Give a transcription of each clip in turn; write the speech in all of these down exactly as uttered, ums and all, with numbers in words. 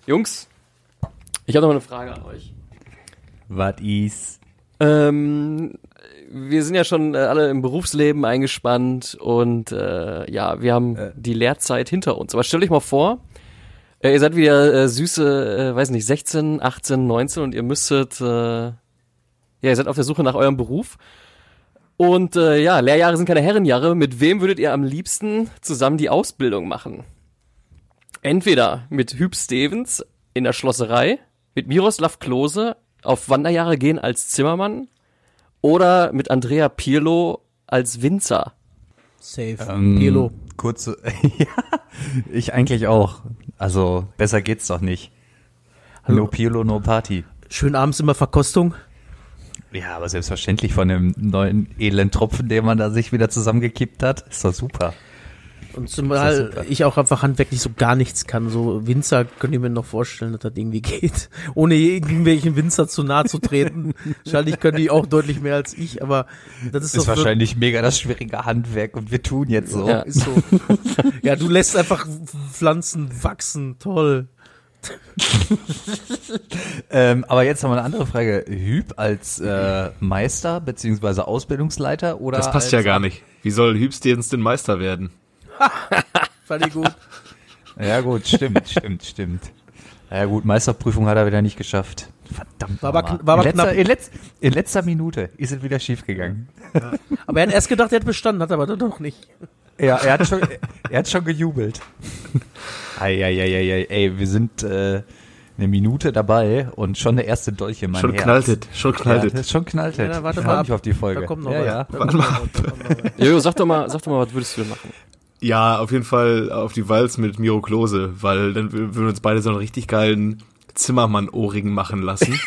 Jungs, ich habe noch mal eine Frage an euch. Was ist? Ähm, wir sind ja schon äh, alle im Berufsleben eingespannt und äh, ja, wir haben äh. die Lehrzeit hinter uns. Aber stellt euch mal vor, äh, ihr seid wieder äh, süße, äh, weiß nicht, sechzehn, achtzehn, neunzehn und ihr müsstet, äh, ja, ihr seid auf der Suche nach eurem Beruf. Und äh, ja, Lehrjahre sind keine Herrenjahre. Mit wem würdet ihr am liebsten zusammen die Ausbildung machen? Entweder mit Hüb Stevens in der Schlosserei, mit Miroslav Klose auf Wanderjahre gehen als Zimmermann oder mit Andrea Pirlo als Winzer. Safe. Ähm, Pirlo. Kurze, ja, ich eigentlich auch. Also besser geht's doch nicht. Hallo. No Pirlo, no Party. Schön abends immer Verkostung. Ja, aber selbstverständlich von dem neuen edlen Tropfen, den man da sich wieder zusammengekippt hat, ist doch super. Und zumal ich auch einfach handwerklich so gar nichts kann. So Winzer könnte ich mir noch vorstellen, dass das irgendwie geht. Ohne irgendwelchen Winzer zu nahe zu treten. Wahrscheinlich können die auch deutlich mehr als ich, aber das ist, ist doch wahrscheinlich mega das schwierige Handwerk und wir tun jetzt so. Ja, ist so. Ja, du lässt einfach Pflanzen wachsen. Toll. ähm, aber jetzt haben wir eine andere Frage. Hüb als äh, Meister beziehungsweise Ausbildungsleiter oder? Das passt ja gar nicht. Wie soll Hüb Stevens denn Meister werden? Fand ich gut. Ja gut, stimmt, stimmt, stimmt. Ja gut, Meisterprüfung hat er wieder nicht geschafft. Verdammt. War aber, war aber in, letzter, knapp. in, letz, in letzter Minute ist es wieder schief gegangen. Ja. Aber er hat erst gedacht, er hat bestanden, hat aber doch nicht. Ja, er hat schon, er hat schon gejubelt. Eieieiei, ey, wir sind äh, eine Minute dabei und schon der erste Dolch in mein schon Herz. Knalltet, schon knalltet. Ja, schon knalltet. Ja, warte ich mal freue ab. mich auf die Folge. Da kommt noch ja, was. ja. Da kommt noch was. Da kommt noch was. Jojo, sag doch mal, sag doch mal, was würdest du denn machen? Ja, auf jeden Fall auf die Walz mit Miro Klose, weil dann würden wir uns beide so einen richtig geilen Zimmermann-Ohrring machen lassen.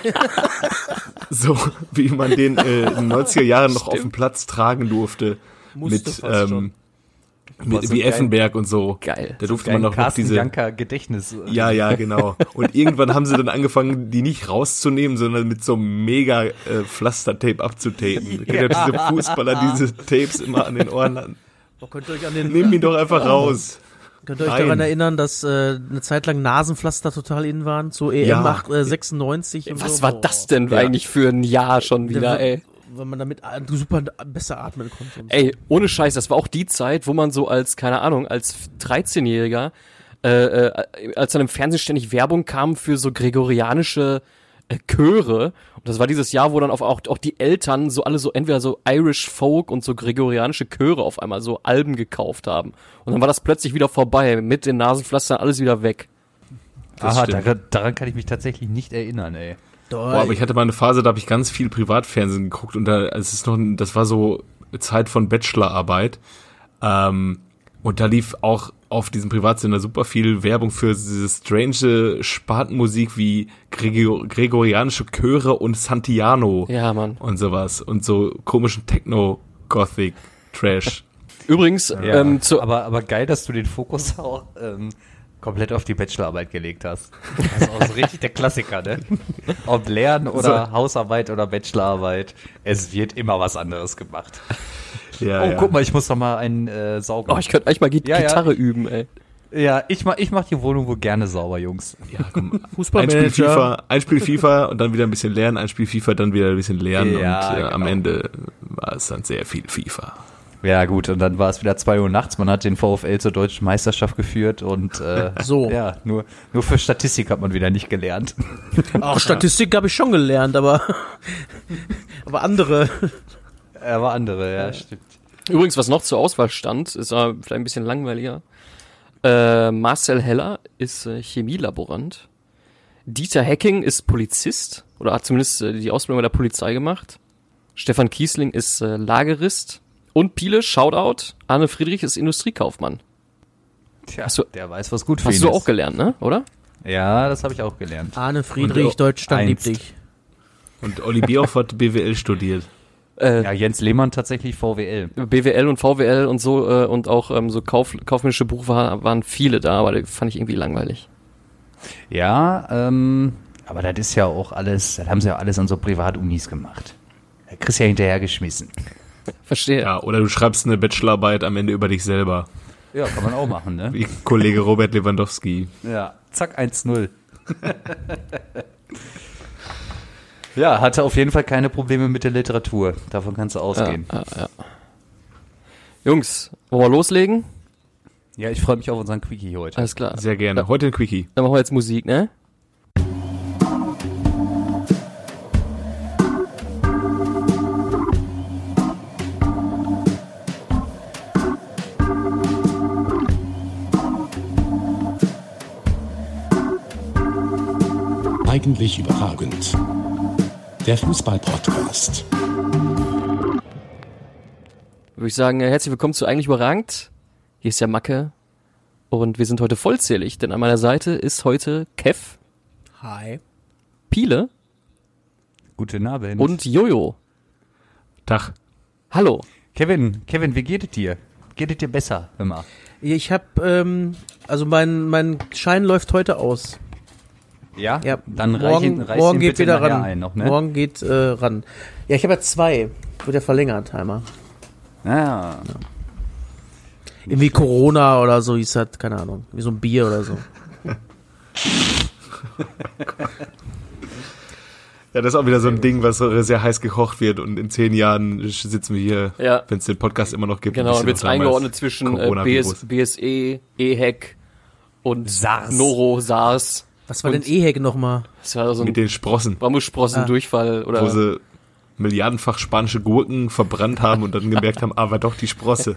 So wie man den äh, in den neunziger Jahren noch Stimmt. auf dem Platz tragen durfte. Musste mit fast ähm, schon. mit, So wie geil. Effenberg und so. Geil. Da durfte Geil, man noch, noch Carsten diese... Janka Gedächtnis. Ja, ja, genau. Und irgendwann haben sie dann angefangen, die nicht rauszunehmen, sondern mit so einem mega äh, Pflastertape abzutapen. Ja. Diese Fußballer diese Tapes immer an den Ohren hatten. Oh, könnt ihr euch an den, Nimm ihn doch einfach raus. Könnt ihr euch Nein. daran erinnern, dass äh, eine Zeit lang Nasenpflaster total in waren? Zu E M Ja. acht, äh, sechsundneunzig und Was so. war Boah. das denn Ja. eigentlich für ein Jahr schon wieder, Der- ey? Weil man damit äh, super besser atmen konnte. Und so. Ey, ohne Scheiß, das war auch die Zeit, wo man so als, keine Ahnung, als dreizehnjähriger, äh, äh, als dann im Fernsehen ständig Werbung kam für so gregorianische äh, Chöre. Und das war dieses Jahr, wo dann auf, auch, auch die Eltern so alle so entweder so Irish Folk und so gregorianische Chöre auf einmal so Alben gekauft haben. Und dann war das plötzlich wieder vorbei, mit den Nasenpflastern alles wieder weg. Das Aha, stimmt. daran, daran kann ich mich tatsächlich nicht erinnern, ey. Boah, aber ich hatte mal eine Phase, da habe ich ganz viel Privatfernsehen geguckt und da, es ist noch, das war so Zeit von Bachelorarbeit. Ähm, und da lief auch auf diesem Privatsender super viel Werbung für diese strange Spartenmusik wie Gregor- gregorianische Chöre und Santiano Ja, Mann. und sowas und so komischen Techno-Gothic-Trash. Übrigens, Ja, ähm, zu, aber, aber geil, dass du den Fokus auch ähm, komplett auf die Bachelorarbeit gelegt hast. Das ist auch so richtig der Klassiker, ne? Ob Lernen oder Hausarbeit oder Bachelorarbeit, es wird immer was anderes gemacht. Ja, Oh, ja. guck mal, ich muss doch mal einen äh, saugen. oh, ich könnte eigentlich mal Git- Ja, ja. Gitarre üben, ey. ja, ich mach, ich mach die Wohnung wohl gerne sauber, Jungs. Ja, komm. Ein Spiel Fußballmanager. FIFA, ein Spiel FIFA und dann wieder ein bisschen lernen, ein Spiel FIFA, dann wieder ein bisschen lernen Ja, und äh, genau. am Ende war es dann sehr viel FIFA. Ja gut, und dann war es wieder zwei Uhr nachts, man hat den VfL zur deutschen Meisterschaft geführt und äh, So. ja, nur, nur für Statistik hat man wieder nicht gelernt. Auch Statistik habe ich schon gelernt, aber, aber andere. Aber andere, ja, stimmt. Übrigens, was noch zur Auswahl stand, ist aber vielleicht ein bisschen langweiliger. Äh, Marcel Heller ist äh, Chemielaborant. Dieter Hecking ist Polizist oder hat zumindest äh, die Ausbildung bei der Polizei gemacht. Stefan Kiesling ist äh, Lagerist. Und Piele, Shoutout, Arne Friedrich ist Industriekaufmann. Tja, Hast du- der weiß, was gut für Hast ihn du ist. auch gelernt, ne? Oder? Ja, das habe ich auch gelernt. Arne Friedrich, Und, äh, Deutschland liebt einst. dich. Und Olli Bierhoff hat B W L studiert. Äh, Ja, Jens Lehmann tatsächlich V W L. B W L und V W L und so äh, und auch ähm, so Kauf, kaufmännische Berufe waren, waren viele da, aber die fand ich irgendwie langweilig. Ja, ähm, aber das ist ja auch alles, das haben sie ja alles an so Privatunis gemacht. Da kriegst du ja hinterher geschmissen. Verstehe. Ja, oder du schreibst eine Bachelorarbeit am Ende über dich selber. Ja, kann man auch machen, ne? Wie Kollege Robert Lewandowski. Ja, zack, eins null. Ja, hatte auf jeden Fall keine Probleme mit der Literatur. Davon kannst du ausgehen. Ja, ja, ja. Jungs, wollen wir loslegen? Ja, ich freue mich auf unseren Quickie heute. Alles klar. Sehr gerne. Heute ein Quickie. Dann machen wir jetzt Musik, ne? Eigentlich überragend. Der Fußball-Podcast. Würde ich sagen, herzlich willkommen zu Eigentlich überragend. Hier ist ja Macke und wir sind heute vollzählig, denn an meiner Seite ist heute Kev. Hi. Piele. Guten Abend. Und Jojo. Tag. Hallo. Kevin, Kevin, wie geht es dir? Geht es dir besser, hör mal? Ich habe, ähm, also mein, mein Schein läuft heute aus. Ja? Ja, Dann reich morgen, ihn, reich morgen ihn geht bitte wieder nachher ran. ein noch, ne? Morgen geht äh, ran. Ja, ich habe ja zwei. Wird ja verlängert, einmal. Ah. Irgendwie Corona oder so hieß das, keine Ahnung. Wie so ein Bier oder so. Ja, das ist auch wieder so ein Ding, was so sehr heiß gekocht wird und in zehn Jahren sitzen wir hier, Ja. wenn es den Podcast immer noch gibt. Genau, wissen und wir wird noch damals eingeordnet zwischen äh, B S, Coronavirus. B S E, E H E C und SARS. Noro, SARS. Was war Und- denn E H E C nochmal? Das war so Mit ein den Sprossen, Bambussprossen, Ah. Durchfall oder wo sie milliardenfach spanische Gurken verbrannt haben und dann gemerkt haben, ah, war doch die Sprosse.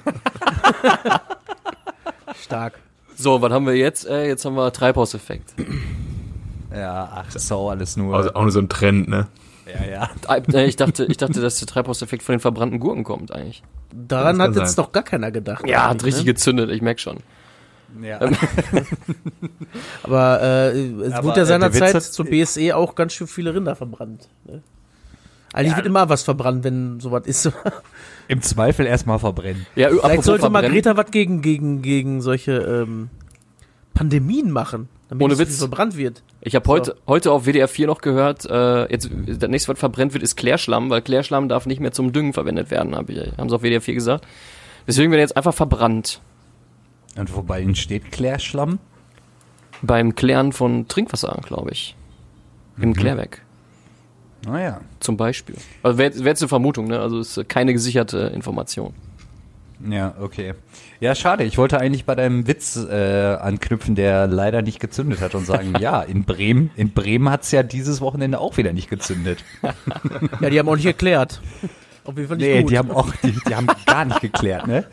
Stark. So, was haben wir jetzt? Äh, jetzt haben wir Treibhauseffekt. Ja, ach, das ist auch alles nur. Also auch nur so ein Trend, ne? ja, ja. Äh, ich dachte, ich dachte, dass der Treibhauseffekt von den verbrannten Gurken kommt eigentlich. Daran Das hat kann jetzt sein. noch gar keiner gedacht. Ja, hat eigentlich, richtig ne? gezündet, ich merk schon. ja. Aber äh, es Aber, wurde ja äh, seinerzeit der Witz hat- zur B S E auch ganz schön viele Rinder verbrannt. Ne? Eigentlich Ja. wird immer was verbrannt, wenn sowas ist. Im Zweifel erstmal verbrennen. Ja, Vielleicht apropos sollte verbrennen. Margreta was gegen, gegen, gegen solche ähm, Pandemien machen, damit Ohne nicht so Witz. viel verbrannt wird. Ich habe heute, heute auf W D R vier noch gehört, äh, jetzt das nächste, was verbrennt wird, ist Klärschlamm, weil Klärschlamm darf nicht mehr zum Düngen verwendet werden, hab ich, haben sie auf W D R vier gesagt. Deswegen wird er jetzt einfach verbrannt. Und wobei entsteht Klärschlamm? Beim Klären von Trinkwasser, glaube ich. Im Klärwerk. Naja. Zum Beispiel. Also wäre wär jetzt eine Vermutung, ne? Also ist keine gesicherte Information. Ja, okay. Ja, schade. Ich wollte eigentlich bei deinem Witz äh, anknüpfen, der leider nicht gezündet hat und sagen, ja, in Bremen, in Bremen hat's ja dieses Wochenende auch wieder nicht gezündet. Ja, die haben auch nicht erklärt. Auf jeden Fall nicht Nee, gut. die haben auch, die, die haben gar nicht geklärt, ne?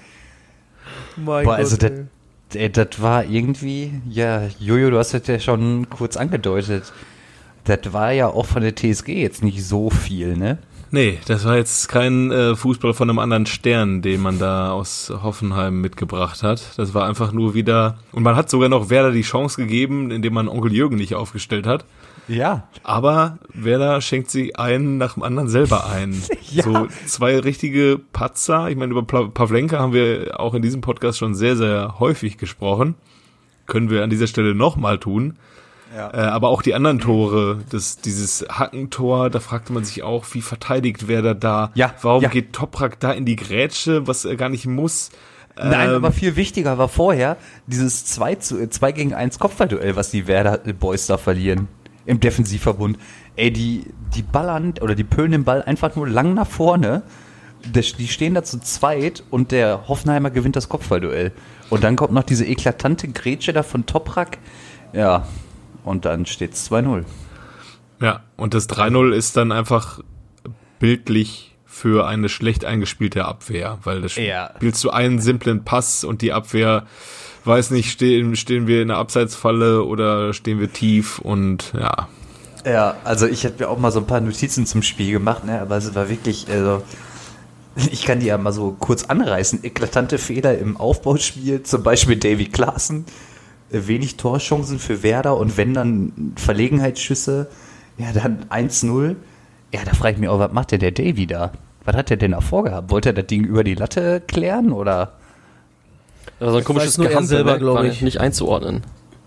Mein Boah, also Gott, das, ey. äh, das war irgendwie, ja, Jojo, du hast das ja schon kurz angedeutet. Das war ja auch von der T S G jetzt nicht so viel, ne? Nee, das war jetzt kein äh, Fußball von einem anderen Stern, den man da aus Hoffenheim mitgebracht hat. Das war einfach nur wieder, und man hat sogar noch Werder die Chance gegeben, indem man Onkel Jürgen nicht aufgestellt hat. Ja. Aber Werder schenkt sie einen nach dem anderen selber ein. Ja. So zwei richtige Patzer. Ich meine, über Pla- Pavlenka haben wir auch in diesem Podcast schon sehr, sehr häufig gesprochen. Können wir an dieser Stelle nochmal tun. Ja. Äh, aber auch die anderen Tore, das, dieses Hackentor, da fragte man sich auch, wie verteidigt Werder da? Ja, Warum ja. geht Toprak da in die Grätsche, was er gar nicht muss? Nein, Ähm, aber viel wichtiger war vorher dieses zwei zu zwei gegen eins Kopfballduell, was die Werder Boys da verlieren im Defensivverbund. Ey, die die ballern oder die pölen den Ball einfach nur lang nach vorne. Das- Die stehen da zu zweit und der Hoffenheimer gewinnt das Kopfballduell. Und dann kommt noch diese eklatante Grätsche da von Toprak. Ja, und dann steht's zwei null. Ja, und das drei null ist dann einfach bildlich für eine schlecht eingespielte Abwehr, weil das Ja. spielst du einen simplen Pass und die Abwehr weiß nicht, stehen, stehen wir in der Abseitsfalle oder stehen wir tief und ja. Ja, also ich hätte mir auch mal so ein paar Notizen zum Spiel gemacht, ne, aber es war wirklich, also ich kann die ja mal so kurz anreißen. Eklatante Fehler im Aufbauspiel, zum Beispiel Davy Klaassen, äh, wenig Torchancen für Werder und wenn dann Verlegenheitsschüsse, ja dann eins null. Ja, da frage ich mich auch, was macht denn der Davy da? Was hat der denn da vorgehabt? Wollte er das Ding über die Latte klären oder? Also ein komisches weiß nur er Gehampel, selber, ne? glaub War ich. nicht einzuordnen.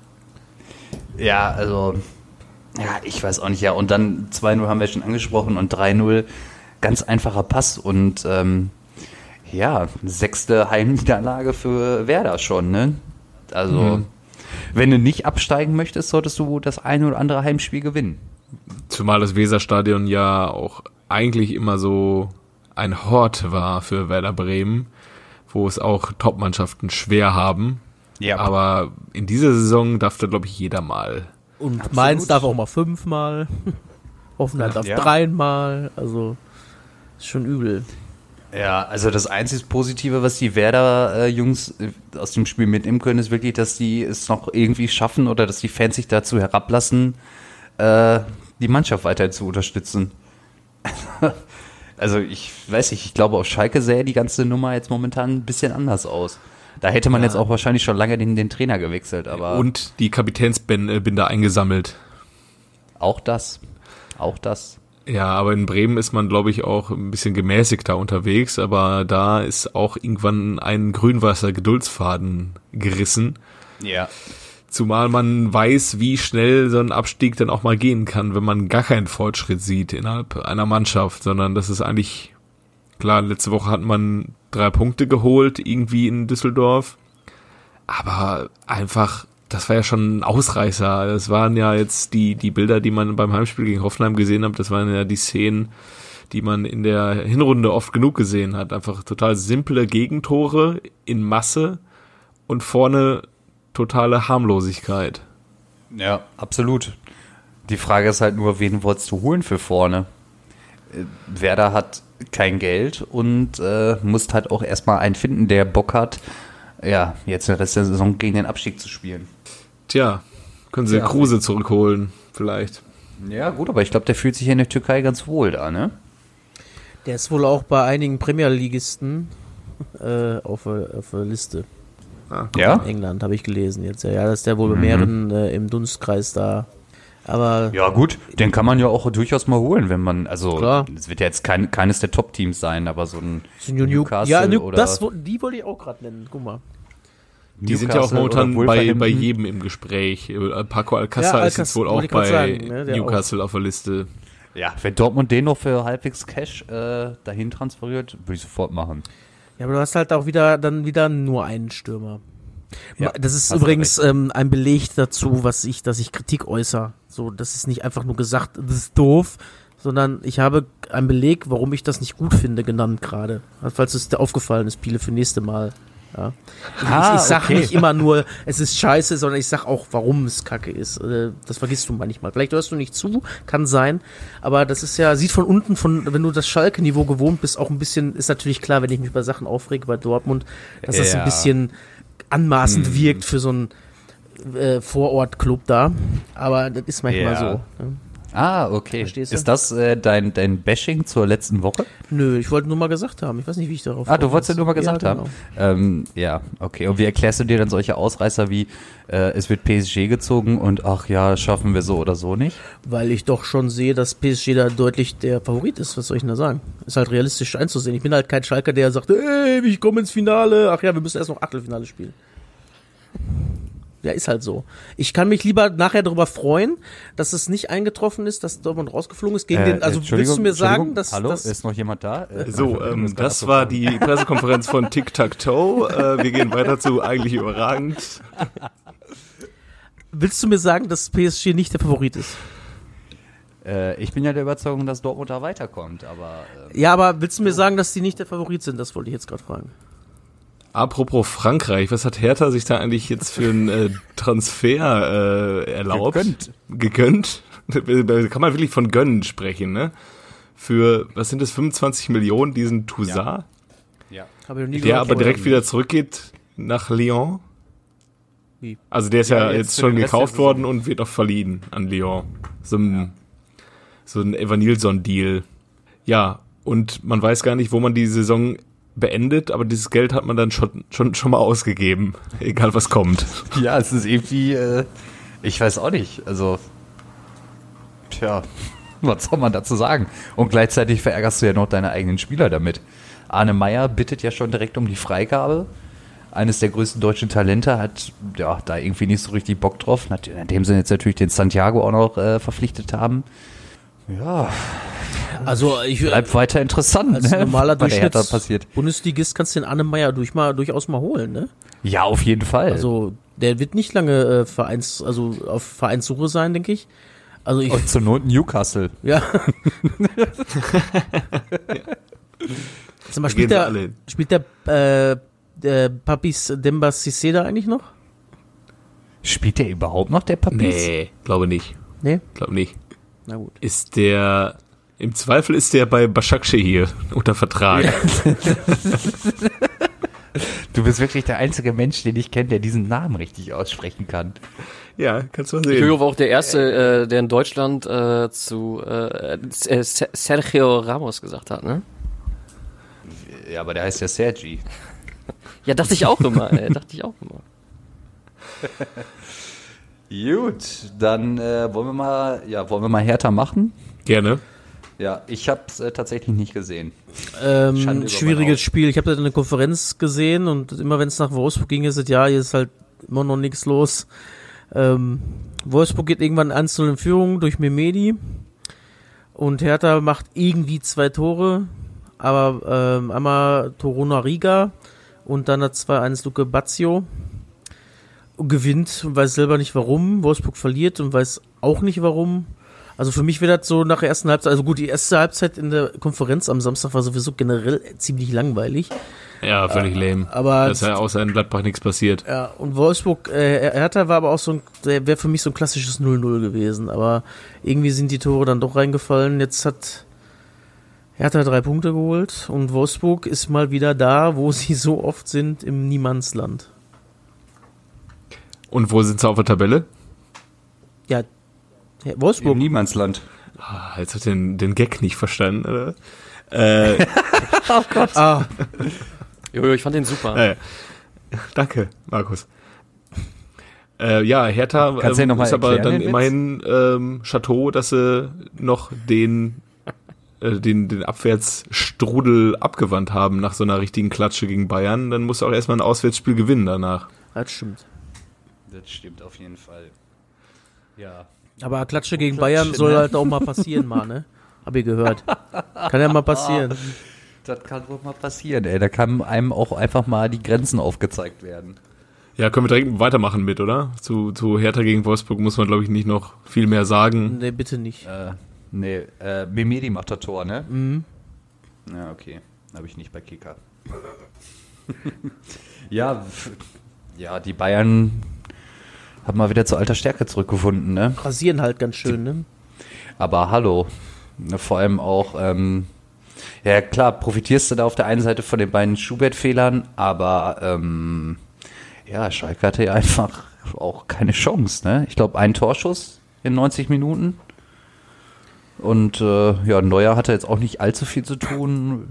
Ja, also, ja, ich weiß auch nicht, ja. Und dann zwei null haben wir schon angesprochen und drei null, ganz einfacher Pass und ähm, Ja, sechste Heimniederlage für Werder schon, ne? Also, mhm. wenn du nicht absteigen möchtest, solltest du das eine oder andere Heimspiel gewinnen. Zumal das Weserstadion ja auch eigentlich immer so ein Hort war für Werder Bremen, wo es auch Top-Mannschaften schwer haben. Ja. Aber in dieser Saison darf da, glaube ich, jeder mal. Und Absolut. Mainz darf auch mal fünfmal. Hoffenheim darf ja. dreimal. Also, ist schon übel. Ja, also das einzig Positive, was die Werder-Jungs äh, aus dem Spiel mitnehmen können, ist wirklich, dass die es noch irgendwie schaffen oder dass die Fans sich dazu herablassen, äh, die Mannschaft weiter zu unterstützen. Also ich weiß nicht, ich glaube auf Schalke sähe die ganze Nummer jetzt momentan ein bisschen anders aus. Da hätte man ja. jetzt auch wahrscheinlich schon lange den, den Trainer gewechselt. Aber und die Kapitänsbinde eingesammelt. Auch das, auch das. Ja, aber in Bremen ist man, glaube ich, auch ein bisschen gemäßigter unterwegs, aber da ist auch irgendwann ein Grünwasser-Geduldsfaden gerissen. Ja. Zumal man weiß, wie schnell so ein Abstieg dann auch mal gehen kann, wenn man gar keinen Fortschritt sieht innerhalb einer Mannschaft, sondern das ist eigentlich, klar, letzte Woche hat man drei Punkte geholt, irgendwie in Düsseldorf, aber einfach, das war ja schon ein Ausreißer. Das waren ja jetzt die die Bilder, die man beim Heimspiel gegen Hoffenheim gesehen hat, das waren ja die Szenen, die man in der Hinrunde oft genug gesehen hat. Einfach total simple Gegentore in Masse und vorne totale Harmlosigkeit. Ja, absolut. Die Frage ist halt nur, wen wolltest du holen für vorne? Werder hat kein Geld und äh, muss halt auch erstmal einen finden, der Bock hat, ja, jetzt den Rest der Saison gegen den Abstieg zu spielen. Tja, können sie ja. Kruse zurückholen, vielleicht. Ja, gut, aber ich glaube, der fühlt sich in der Türkei ganz wohl da, ne? Der ist wohl auch bei einigen Premierligisten äh, auf, auf der Liste. Ah, ja? In England, habe ich gelesen jetzt. Ja, das ist der wohl bei mehreren äh, im Dunstkreis da. Aber ja gut, den kann man ja auch durchaus mal holen, wenn man, also es wird ja jetzt kein, keines der Top-Teams sein, aber so ein so Newcastle ja, New, oder das, die wollte ich auch gerade nennen, guck mal. Die Newcastle sind ja auch momentan bei, bei jedem im Gespräch. Paco Alcázar ja, ist jetzt wohl auch bei sagen, ne, Newcastle auch auf der Liste. Ja, wenn Dortmund den noch für halbwegs Cash äh, dahin transferiert, würde ich sofort machen. Ja, aber du hast halt auch wieder dann wieder nur einen Stürmer. Ja, das ist übrigens ähm, ein Beleg dazu, was ich, dass ich Kritik äußere. So, das ist nicht einfach nur gesagt, das ist doof, sondern ich habe einen Beleg, warum ich das nicht gut finde, genannt gerade. Falls es dir aufgefallen ist, Piele, für nächste Mal. Ja. Ich, ah, ich, ich sag okay. nicht immer nur, es ist scheiße, sondern ich sag auch, warum es kacke ist. Das vergisst du manchmal. Vielleicht hörst du nicht zu, kann sein, aber das ist ja, sieht von unten, von, wenn du das Schalke-Niveau gewohnt bist, auch ein bisschen, ist natürlich klar, wenn ich mich bei Sachen aufrege bei Dortmund, dass das ja. ein bisschen anmaßend hm. wirkt für so einen äh, Vorort-Club da, aber das ist manchmal ja. so. Ne? Ah, okay. Verstehst du? Ist das äh, dein, dein Bashing zur letzten Woche? Nö, ich wollte nur mal gesagt haben. Ich weiß nicht, wie ich darauf Ah, du wolltest ja nur mal gesagt ja, genau. haben. Ähm, ja, okay. Und wie erklärst du dir dann solche Ausreißer wie, äh, es wird P S G gezogen und ach ja, das schaffen wir so oder so nicht? Weil ich doch schon sehe, dass P S G da deutlich der Favorit ist. Was soll ich denn da sagen? Ist halt realistisch einzusehen. Ich bin halt kein Schalker, der sagt, ey, ich komme ins Finale. Ach ja, wir müssen erst noch Achtelfinale spielen. Ja, ist halt so. Ich kann mich lieber nachher darüber freuen, dass es nicht eingetroffen ist, dass Dortmund rausgeflogen ist gegen äh, den, also willst du mir sagen, dass... Hallo, dass, ist noch jemand da? Äh, so, ähm, das war die Pressekonferenz von Tic-Tac-Toe. Äh, wir gehen weiter zu eigentlich überragend. Willst du mir sagen, dass P S G nicht der Favorit ist? Äh, ich bin ja der Überzeugung, dass Dortmund da weiterkommt, aber... Ähm, ja, aber willst du mir sagen, dass die nicht der Favorit sind? Das wollte ich jetzt gerade fragen. Apropos Frankreich, was hat Hertha sich da eigentlich jetzt für einen äh, Transfer äh, erlaubt? Gegönnt. Gegönnt? Da kann man wirklich von gönnen sprechen, ne? Für, was sind das, fünfundzwanzig Millionen, diesen Toussaint? Ja. ja. Der gehört, aber direkt wieder zurückgeht nach Lyon. Wie? Also der ist ja, ja jetzt, jetzt schon gekauft worden und wird auch verliehen an Lyon. So ein, ja. so ein Evanilson-Deal. Ja, und man weiß gar nicht, wo man die Saison beendet, aber dieses Geld hat man dann schon schon schon mal ausgegeben, egal was kommt. Ja, es ist irgendwie, äh, ich weiß auch nicht, also, tja, was soll man dazu sagen? Und gleichzeitig verärgerst du ja noch deine eigenen Spieler damit. Arne Meyer bittet ja schon direkt um die Freigabe. Eines der größten deutschen Talente hat ja da irgendwie nicht so richtig Bock drauf, nachdem sie jetzt natürlich den Santiago auch noch äh, verpflichtet haben. Ja. Also ich Bleibt weiter interessant, als ne? normaler was der Hertha Durchschnitts passiert. Bundesligist kannst du den Annemeyer durch mal, durchaus mal holen, ne? Ja, auf jeden Fall. Also der wird nicht lange äh, Vereins, also auf Vereinssuche sein, denke ich. Also ich, Und zur Not Newcastle. ja. Sag mal, spielt Gehen sie der, alle hin. spielt der, äh, der Papis Demba Cissé da eigentlich noch? Spielt der überhaupt noch, der Papis? Nee, glaube nicht. Nee? Glaube nicht. Na gut. Ist der, im Zweifel ist der bei Başakşehir unter Vertrag. Du bist wirklich der einzige Mensch, den ich kenne, der diesen Namen richtig aussprechen kann. Ja, kannst du mal Jojo sehen. war auch der Erste, äh, der in Deutschland äh, zu äh, äh, Sergio Ramos gesagt hat, ne? Ja, aber der heißt ja Sergi. Ja, dachte ich auch immer, ey, dachte ich auch immer. Gut, dann äh, wollen wir mal, ja, wollen wir mal Hertha machen? Gerne. Ja, ich habe es äh, tatsächlich nicht gesehen. Ähm, Schande über schwieriges mein Haus. Spiel. Ich habe da eine Konferenz gesehen und immer wenn es nach Wolfsburg ging, ist es, ja, hier ist halt immer noch nichts los. Ähm, Wolfsburg geht irgendwann eins zu null in Führung durch Mehmedi und Hertha macht irgendwie zwei Tore, aber ähm, einmal Toruna Riga und dann hat zwei eins Luke Bazio und gewinnt und weiß selber nicht warum. Wolfsburg verliert und weiß auch nicht warum. Also für mich wird das so nach der ersten Halbzeit, also gut, die erste Halbzeit in der Konferenz am Samstag war sowieso generell ziemlich langweilig. Ja, völlig lame. Aber Da ist ja außer in Gladbach nichts passiert. ja, und Wolfsburg, äh, Hertha war aber auch so ein, der wäre für mich so ein klassisches null null gewesen, aber irgendwie sind die Tore dann doch reingefallen. Jetzt hat Hertha drei Punkte geholt und Wolfsburg ist mal wieder da, wo sie so oft sind, im Niemandsland. Und wo sind sie auf der Tabelle? Ja, Wolfsburg. Im Niemandsland. Ah, jetzt hat den, den Gag nicht verstanden, oder? Äh, Ah, Jojo, ich fand den super. äh, danke, Markus. Äh, ja, Hertha Kannst du den noch ähm, mal ist aber erklären, dann den immerhin ähm, Chateau, dass sie noch den, äh, den, den Abwärtsstrudel abgewandt haben nach so einer richtigen Klatsche gegen Bayern. Dann musst du auch erstmal ein Auswärtsspiel gewinnen danach. das stimmt. Das stimmt auf jeden Fall. Ja. Aber Klatsche gegen Bayern soll halt auch mal passieren, mal, ne? Hab ich gehört. Kann ja mal passieren. Das kann wohl mal passieren, ey. Da kann einem auch einfach mal die Grenzen aufgezeigt werden. Ja, können wir direkt weitermachen mit, oder? Zu, zu Hertha gegen Wolfsburg muss man, glaube ich, nicht noch viel mehr sagen. Nee, bitte nicht. Äh, nee, äh, Mehmedi macht das Tor, ne? Mhm. Ja, okay. Habe ich nicht bei Kicker. ja, f- ja, die Bayern haben mal wieder zur alter Stärke zurückgefunden, ne? Rasieren halt ganz schön, ne? Aber hallo, vor allem auch, ähm, ja klar, profitierst du da auf der einen Seite von den beiden Schubert-Fehlern, aber ähm, ja, Schalke hatte ja einfach auch keine Chance, ne? Ich glaube, ein Torschuss in neunzig Minuten und äh, ja, Neuer hatte jetzt auch nicht allzu viel zu tun.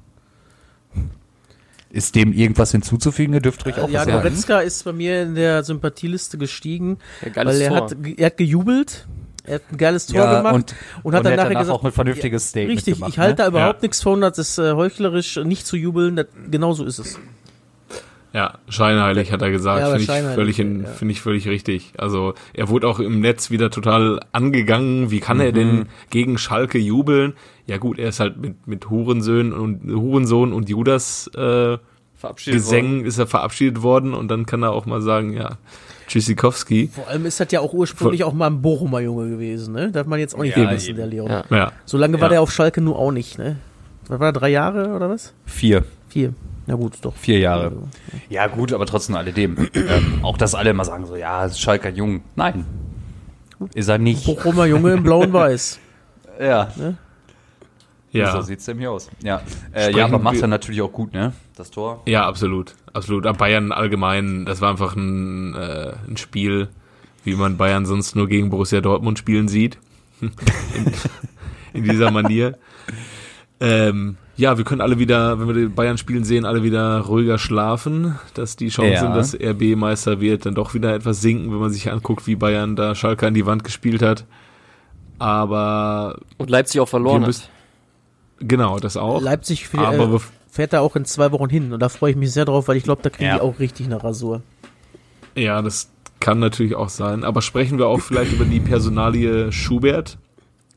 Ist dem irgendwas hinzuzufügen? Ihr dürft ruhig auch Ja, was sagen. Goretzka ist bei mir in der Sympathieliste gestiegen, Ja, geiles weil er Tor. hat, er hat gejubelt, er hat ein geiles Tor Ja, gemacht und- und, hat und dann er hat nachher danach gesagt, auch ein vernünftiges Statement richtig, gemacht, ich halte ne? da überhaupt Ja. nichts von, das ist äh, heuchlerisch, nicht zu jubeln, das, genau so ist es. Ja, scheinheilig hat er gesagt, Ja, aber finde ich scheinheilig, völlig in, ja. finde ich völlig richtig. Also er wurde auch im Netz wieder total angegangen. Wie kann er denn gegen Schalke jubeln? Ja gut, er ist halt mit mit Hurensöhn und Hurensohn und Judas äh, Verabschiedet Gesängen ist er verabschiedet worden und dann kann er auch mal sagen, ja, Tschüssikowski. Vor allem ist das ja auch ursprünglich auch mal ein Bochumer Junge gewesen, ne? Darf man jetzt auch nicht Ja, vergessen, eben. der Leon. Ja. Ja, So lange war Ja. der auf Schalke nur auch nicht, ne? Was war er, drei Jahre oder was? Vier. Vier. Na gut, doch. Vier Jahre. Ja, gut, aber trotzdem alledem. ähm, auch dass alle immer sagen so, ja, ist Schalker jung. Nein. Ist er nicht. Bochumer Junge in blau und weiß. Ja. ja. So sieht's nämlich aus. Ja. Äh, Sprechen ja, aber macht wir- er natürlich auch gut, ne? Das Tor. Ja, absolut. Absolut. Aber Bayern allgemein, das war einfach ein, äh, ein Spiel, wie man Bayern sonst nur gegen Borussia Dortmund spielen sieht. in, in dieser Manier. Ähm, ja, wir können alle wieder, wenn wir die Bayern spielen sehen, alle wieder ruhiger schlafen, dass die Chancen, Ja. dass R B Meister wird, dann doch wieder etwas sinken, wenn man sich anguckt, wie Bayern da Schalke an die Wand gespielt hat. Aber Und Leipzig auch verloren Wir hat. müssen- genau, das auch. Leipzig für, Aber äh, bef- fährt da auch in zwei Wochen hin und da freue ich mich sehr drauf, weil ich glaube, da kriegen Ja. die auch richtig eine Rasur. Ja, das kann natürlich auch sein. Aber sprechen wir auch vielleicht über die Personalie Schubert.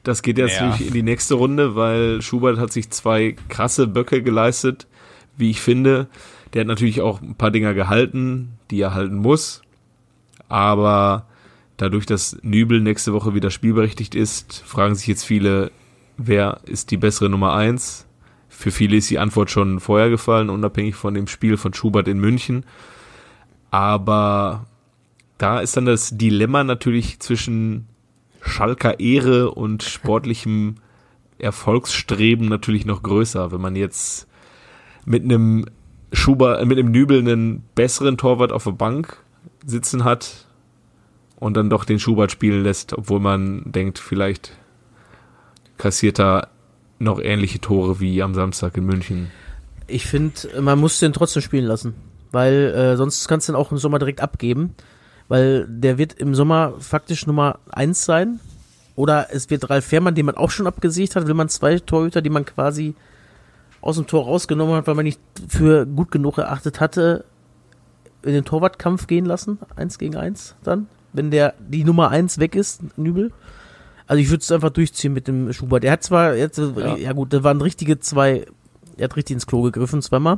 das geht jetzt Ja. nämlich in die nächste Runde, weil Schubert hat sich zwei krasse Böcke geleistet, wie ich finde. Der hat natürlich auch ein paar Dinger gehalten, die er halten muss. Aber dadurch, dass Nübel nächste Woche wieder spielberechtigt ist, fragen sich jetzt viele, wer ist die bessere Nummer eins? Für viele ist die Antwort schon vorher gefallen, unabhängig von dem Spiel von Schubert in München. Aber da ist dann das Dilemma natürlich zwischen Schalker Ehre und sportlichem Erfolgsstreben natürlich noch größer, wenn man jetzt mit einem Schubert, mit einem Nübel einen besseren Torwart auf der Bank sitzen hat und dann doch den Schubert spielen lässt, obwohl man denkt, vielleicht kassiert er noch ähnliche Tore wie am Samstag in München. Ich finde, man muss den trotzdem spielen lassen, weil äh, sonst kannst du den auch im Sommer direkt abgeben, weil der wird im Sommer faktisch Nummer eins sein, oder es wird Ralf Fährmann, den man auch schon abgesiegt hat, will man zwei Torhüter, die man quasi aus dem Tor rausgenommen hat, weil man nicht für gut genug erachtet hatte, in den Torwartkampf gehen lassen, eins gegen eins dann, wenn der die Nummer eins weg ist, Nübel. Also ich würde es einfach durchziehen mit dem Schubert. Er hat zwar, jetzt, ja. ja gut, da waren richtige zwei, er hat richtig ins Klo gegriffen, zweimal.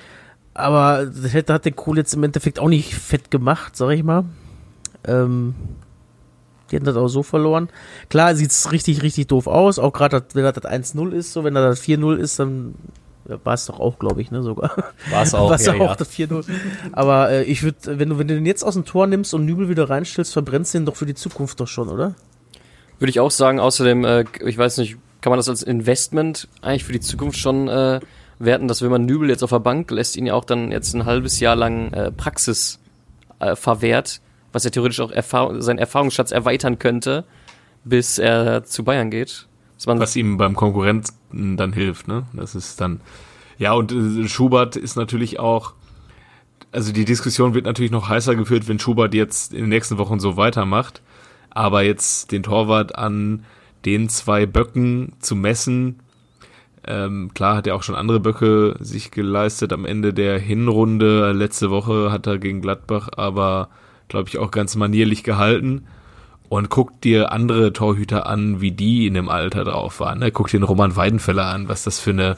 Aber das hätte, hat den Kohl jetzt im Endeffekt auch nicht fett gemacht, sag ich mal. Ähm, die hätten das auch so verloren. Klar sieht es richtig, richtig doof aus, auch gerade wenn das eins null ist, so wenn das vier null ist, dann ja, war es doch auch, glaube ich, ne, sogar. War es auch, War's ja, auch ja. das vier null. Aber äh, ich würde, wenn du, wenn du den jetzt aus dem Tor nimmst und Nübel wieder reinstellst, verbrennst du den doch für die Zukunft doch schon, oder? Würde ich auch sagen, außerdem, äh, ich weiß nicht, kann man das als Investment eigentlich für die Zukunft schon äh, werten, dass wenn man Nübel jetzt auf der Bank lässt, ihn ja auch dann jetzt ein halbes Jahr lang äh, Praxis äh, verwehrt, was ja theoretisch auch Erfahrung, seinen Erfahrungsschatz erweitern könnte, bis er zu Bayern geht. Dass man Was ihm beim Konkurrenten dann hilft, ne? Das ist dann, ja, und äh, Schubert ist natürlich auch, also die Diskussion wird natürlich noch heißer geführt, wenn Schubert jetzt in den nächsten Wochen so weitermacht. Aber jetzt den Torwart an den zwei Böcken zu messen, ähm, klar hat er auch schon andere Böcke sich geleistet am Ende der Hinrunde. Letzte Woche hat er gegen Gladbach aber, glaube ich, auch ganz manierlich gehalten. Und guck dir andere Torhüter an, wie die in dem Alter drauf waren. Ne? Guck dir den Roman Weidenfeller an, was das für eine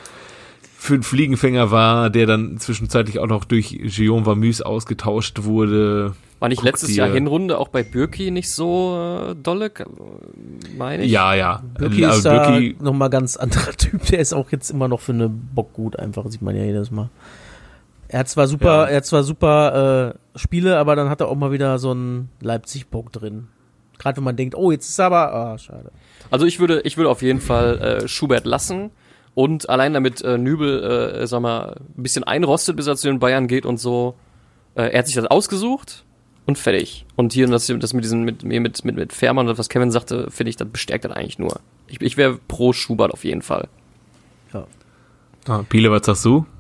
für ein Fliegenfänger war, der dann zwischenzeitlich auch noch durch Guillaume Vamüs ausgetauscht wurde. War nicht Guck letztes dir- Jahr Hinrunde auch bei Bürki nicht so äh, dolle, meine ich? Ja, ja. Birki Also ist da Birki- nochmal ganz anderer Typ, der ist auch jetzt immer noch für eine Bock gut, einfach, sieht man ja jedes Mal. Er hat zwar super, Ja. er hat zwar super äh, Spiele, aber dann hat er auch mal wieder so einen Leipzig-Bock drin. Gerade wenn man denkt, oh, jetzt ist er aber, ah, schade. Also ich würde, ich würde auf jeden Fall äh, Schubert lassen und allein damit äh, Nübel, äh, sag mal, ein bisschen einrostet, bis er zu den Bayern geht und so. Äh, er hat sich das ausgesucht und fertig. Und hier das, das mit diesen, mit mit mit mit Fährmann und was Kevin sagte, finde ich, das bestärkt das eigentlich nur. Ich, ich wäre pro Schubert auf jeden Fall. Ah, Piele, was sagst du?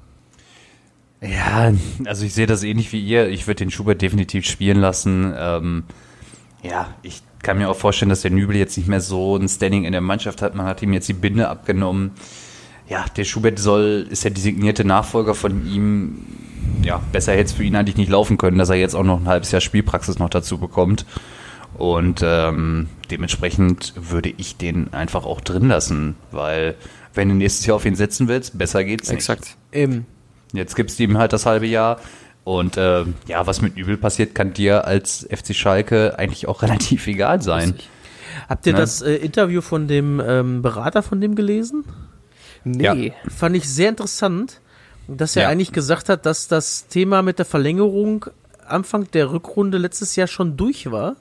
Ja, also ich sehe das ähnlich wie ihr. Ich würde den Schubert definitiv spielen lassen. Ähm, ja, ich kann mir auch vorstellen, dass der Nübel jetzt nicht mehr so ein Standing in der Mannschaft hat. Man hat ihm jetzt die Binde abgenommen. Ja, der Schubert soll, ist der designierte Nachfolger von ihm. Ja, besser hätte es für ihn eigentlich nicht laufen können, dass er jetzt auch noch ein halbes Jahr Spielpraxis noch dazu bekommt. Und ähm, dementsprechend würde ich den einfach auch drin lassen, weil wenn du nächstes Jahr auf ihn setzen willst, besser geht's nicht. Exakt. Eben. Jetzt gibst du ihm halt das halbe Jahr. Und äh, ja, was mit Nübel passiert, kann dir als F C Schalke eigentlich auch relativ egal sein. Habt ihr Ne? das äh, Interview von dem ähm, Berater von dem gelesen? Nee. Fand ich sehr interessant, dass er Ja. eigentlich gesagt hat, dass das Thema mit der Verlängerung Anfang der Rückrunde letztes Jahr schon durch war.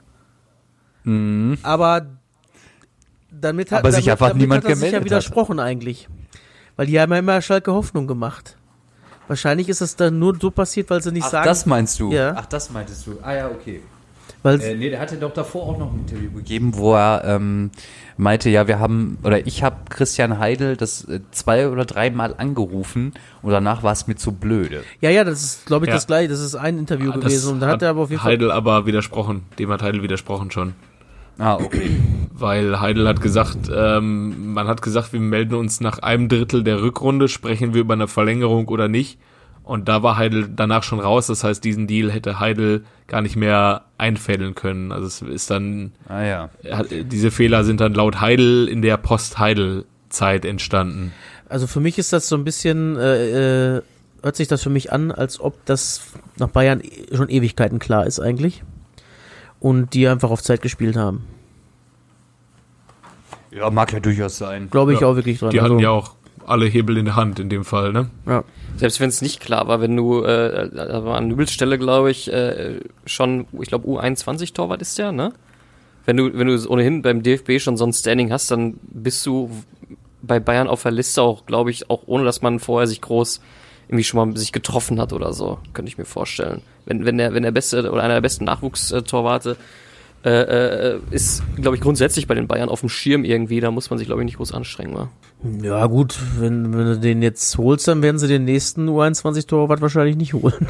Aber damit hat, Aber sich damit, einfach damit niemand hat er sich ja gemeldet widersprochen eigentlich. Weil die haben ja immer Schalke Hoffnung gemacht. Wahrscheinlich ist es dann nur so passiert, weil sie nicht Ach, sagen... das meinst du? Ja. Ach, das meintest du. Ah ja, okay. weil Äh, nee, der hatte doch davor auch noch ein Interview gegeben, wo er ähm, meinte, ja, wir haben, oder ich habe Christian Heidel das äh, zwei oder dreimal angerufen und danach war es mir zu blöde. Ja, ja, das ist, glaube ich, Ja. das gleiche. Das ist ein Interview Ah, das gewesen. Und da hat er aber auf jeden Fall... Heidel aber widersprochen. Dem hat Heidel widersprochen schon. Ah, okay. Weil Heidel hat gesagt, ähm, man hat gesagt, wir melden uns nach einem Drittel der Rückrunde, sprechen wir über eine Verlängerung oder nicht. Und da war Heidel danach schon raus, das heißt, diesen Deal hätte Heidel gar nicht mehr einfädeln können. Also es ist dann, ah, ja. hat, diese Fehler sind dann laut Heidel in der Post-Heidel-Zeit entstanden. Also für mich ist das so ein bisschen, äh, äh, hört sich das für mich an, als ob das nach Bayern schon Ewigkeiten klar ist eigentlich. Und die einfach auf Zeit gespielt haben. Ja, mag ja durchaus sein. Glaube ich ja. auch wirklich dran. Die hatten also, ja auch alle Hebel in der Hand in dem Fall, ne? Ja. Selbst wenn es nicht klar war, wenn du äh, da war an Nübels Stelle, glaube ich, äh, schon, ich glaube U einundzwanzig Torwart ist der, ne? Wenn du wenn du ohnehin beim D F B schon so ein Standing hast, dann bist du bei Bayern auf der Liste auch, glaube ich, auch ohne dass man vorher sich groß irgendwie schon mal sich getroffen hat oder so, könnte ich mir vorstellen. Wenn wenn der wenn der beste oder einer der besten Nachwuchstorwarte äh, äh, ist, glaube ich, grundsätzlich bei den Bayern auf dem Schirm irgendwie, da muss man sich, glaube ich, nicht groß anstrengen, wa? Ja gut, wenn, wenn du den jetzt holst, dann werden sie den nächsten U einundzwanzig-Torwart wahrscheinlich nicht holen.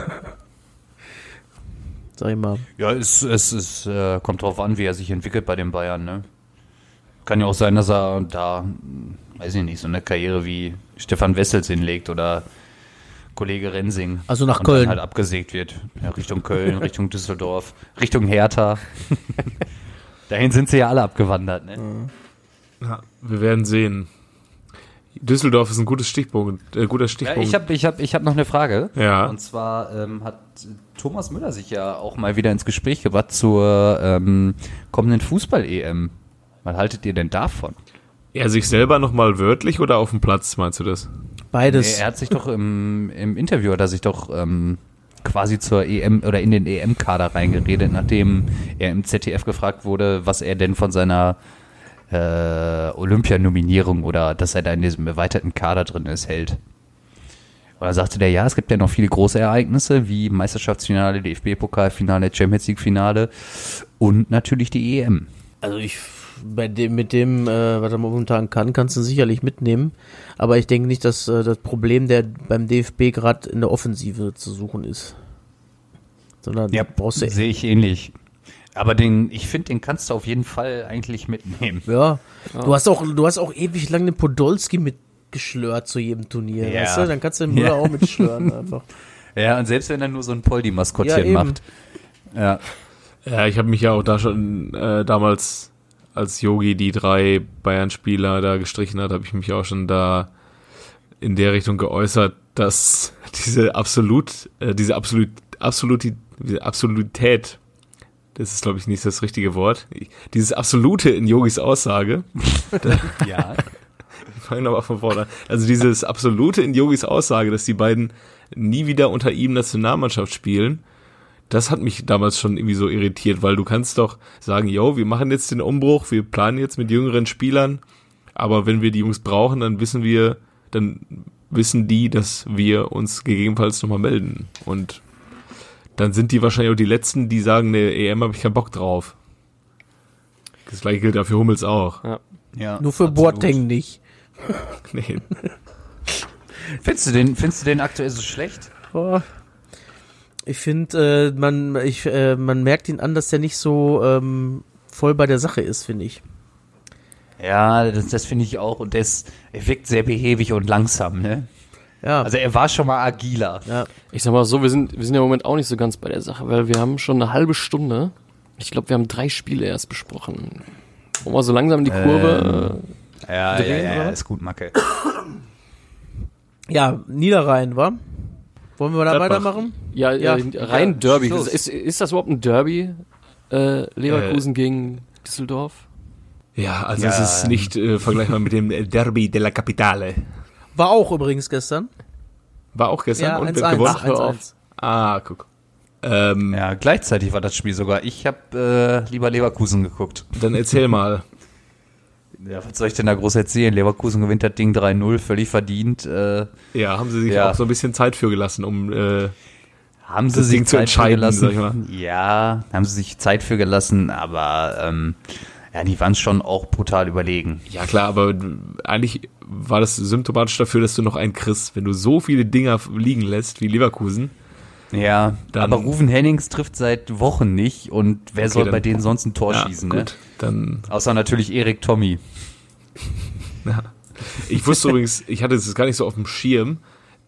Sag ich mal. Ja, es, es, es äh, kommt drauf an, wie er sich entwickelt bei den Bayern, ne? Kann ja auch sein, dass er da, weiß ich nicht, so eine Karriere wie Stefan Wessels hinlegt oder Kollege Rensing. Also nach und Köln. dann halt abgesägt wird. Ja, Richtung Köln, Richtung Düsseldorf, Richtung Hertha. Dahin sind sie ja alle abgewandert, ne? Ja, wir werden sehen. Düsseldorf ist ein gutes Stichpunkt, äh, guter Ja, Stichpunkt. ich habe ich hab, ich hab noch eine Frage. Ja. Und zwar ähm, hat Thomas Müller sich ja auch mal wieder ins Gespräch gebracht zur ähm, kommenden Fußball-E M. Was haltet ihr denn davon? Er sich selber nochmal wörtlich oder auf dem Platz, meinst du das? Beides. Nee, er hat sich doch im, im Interview, hat er sich doch ähm, quasi zur E M oder in den E M-Kader reingeredet, nachdem er im Z D F gefragt wurde, was er denn von seiner äh, Olympianominierung oder dass er da in diesem erweiterten Kader drin ist, hält. Und dann sagte der, ja, es gibt ja noch viele große Ereignisse, wie Meisterschaftsfinale, D F B-Pokalfinale, Champions League-Finale und natürlich die E M. Also ich, bei dem, mit dem, äh, was er momentan kann, kannst du sicherlich mitnehmen. Aber ich denke nicht, dass äh, das Problem der beim D F B gerade in der Offensive zu suchen ist. Sondern Ja, brauchst du. sehe ich ähnlich. Aber den, ich finde, den kannst du auf jeden Fall eigentlich mitnehmen. Ja. Du hast auch, du hast auch ewig lang den Podolski mitgeschlört zu jedem Turnier, Ja. weißt du? Dann kannst du den Müller Ja. auch mitschlören einfach. Ja, und selbst wenn er nur so ein Poldi-Maskottchen Ja, eben. macht. Ja. Ja, ich habe mich ja auch da schon äh, damals, als Yogi die drei Bayern-Spieler da gestrichen hat, habe ich mich auch schon da in der Richtung geäußert, dass diese absolut, äh, diese absolut, absolute, diese Absolutät, das ist glaube ich nicht das richtige Wort, dieses Absolute in Yogis Aussage, Ja. wir fangen aber von vorne an, also dieses Absolute in Yogis Aussage, dass die beiden nie wieder unter ihm Nationalmannschaft spielen, das hat mich damals schon irgendwie so irritiert, weil du kannst doch sagen, yo, wir machen jetzt den Umbruch, wir planen jetzt mit jüngeren Spielern, aber wenn wir die Jungs brauchen, dann wissen wir, dann wissen die, dass wir uns gegebenenfalls nochmal melden. Und dann sind die wahrscheinlich auch die Letzten, die sagen, ne, E M habe ich keinen Bock drauf. Das gleiche gilt ja für Hummels auch. Ja. Ja, Nur für absolut. Boateng nicht. Nee. Findest du den, findest du den aktuell so schlecht? Boah. Ich finde, äh, man, ich, äh, man merkt ihn an, dass der nicht so ähm, voll bei der Sache ist, finde ich. Ja, das, das finde ich auch. Und das, er wirkt sehr behäbig und langsam, ne? Ja. Also er war schon mal agiler. ja. Ich sag mal so, wir sind, wir sind ja im Moment auch nicht so ganz bei der Sache, weil wir haben schon eine halbe Stunde, ich glaube, wir haben drei Spiele erst besprochen. Wollen wir so langsam die Kurve, Ja, Drehen, ja, ja, oder? ist gut, Macke. Ja, Niederrhein, wa? Wollen wir da Gladbach. weitermachen? äh, ja, Ja. ja, rein Ja, Derby. Schluss. Ist, ist das überhaupt ein Derby? Äh, Leverkusen gegen Düsseldorf? Ja, also Ja, es ist nicht äh, vergleichbar mit dem Derby della Capitale. War auch übrigens gestern. War auch gestern Ja, und eins wer eins. gewonnen? Ach, hör auf. eins eins. Ah, guck. Ähm, Ja, gleichzeitig war das Spiel sogar. Ich habe äh, lieber Leverkusen geguckt. Dann erzähl mal. Ja, was soll ich denn da groß erzählen? Leverkusen gewinnt das Ding drei null, völlig verdient. Äh, Ja, haben sie sich Ja. auch so ein bisschen Zeit für gelassen, um äh, haben sie Das sich Ding zu Zeit für entscheiden, gelassen. sag ich mal. Ja, haben sie sich Zeit für gelassen, aber ähm, ja, die waren schon auch brutal überlegen. ja klar, aber eigentlich war das symptomatisch dafür, dass du noch einen kriegst. Wenn du so viele Dinger liegen lässt wie Leverkusen, Ja, Dann- aber Ruven Hennings trifft seit Wochen nicht und wer Okay, soll dann- bei denen sonst ein Tor ja, schießen, ne? gut, dann Außer natürlich Erik Tommy. Ich wusste übrigens, ich hatte es gar nicht so auf dem Schirm,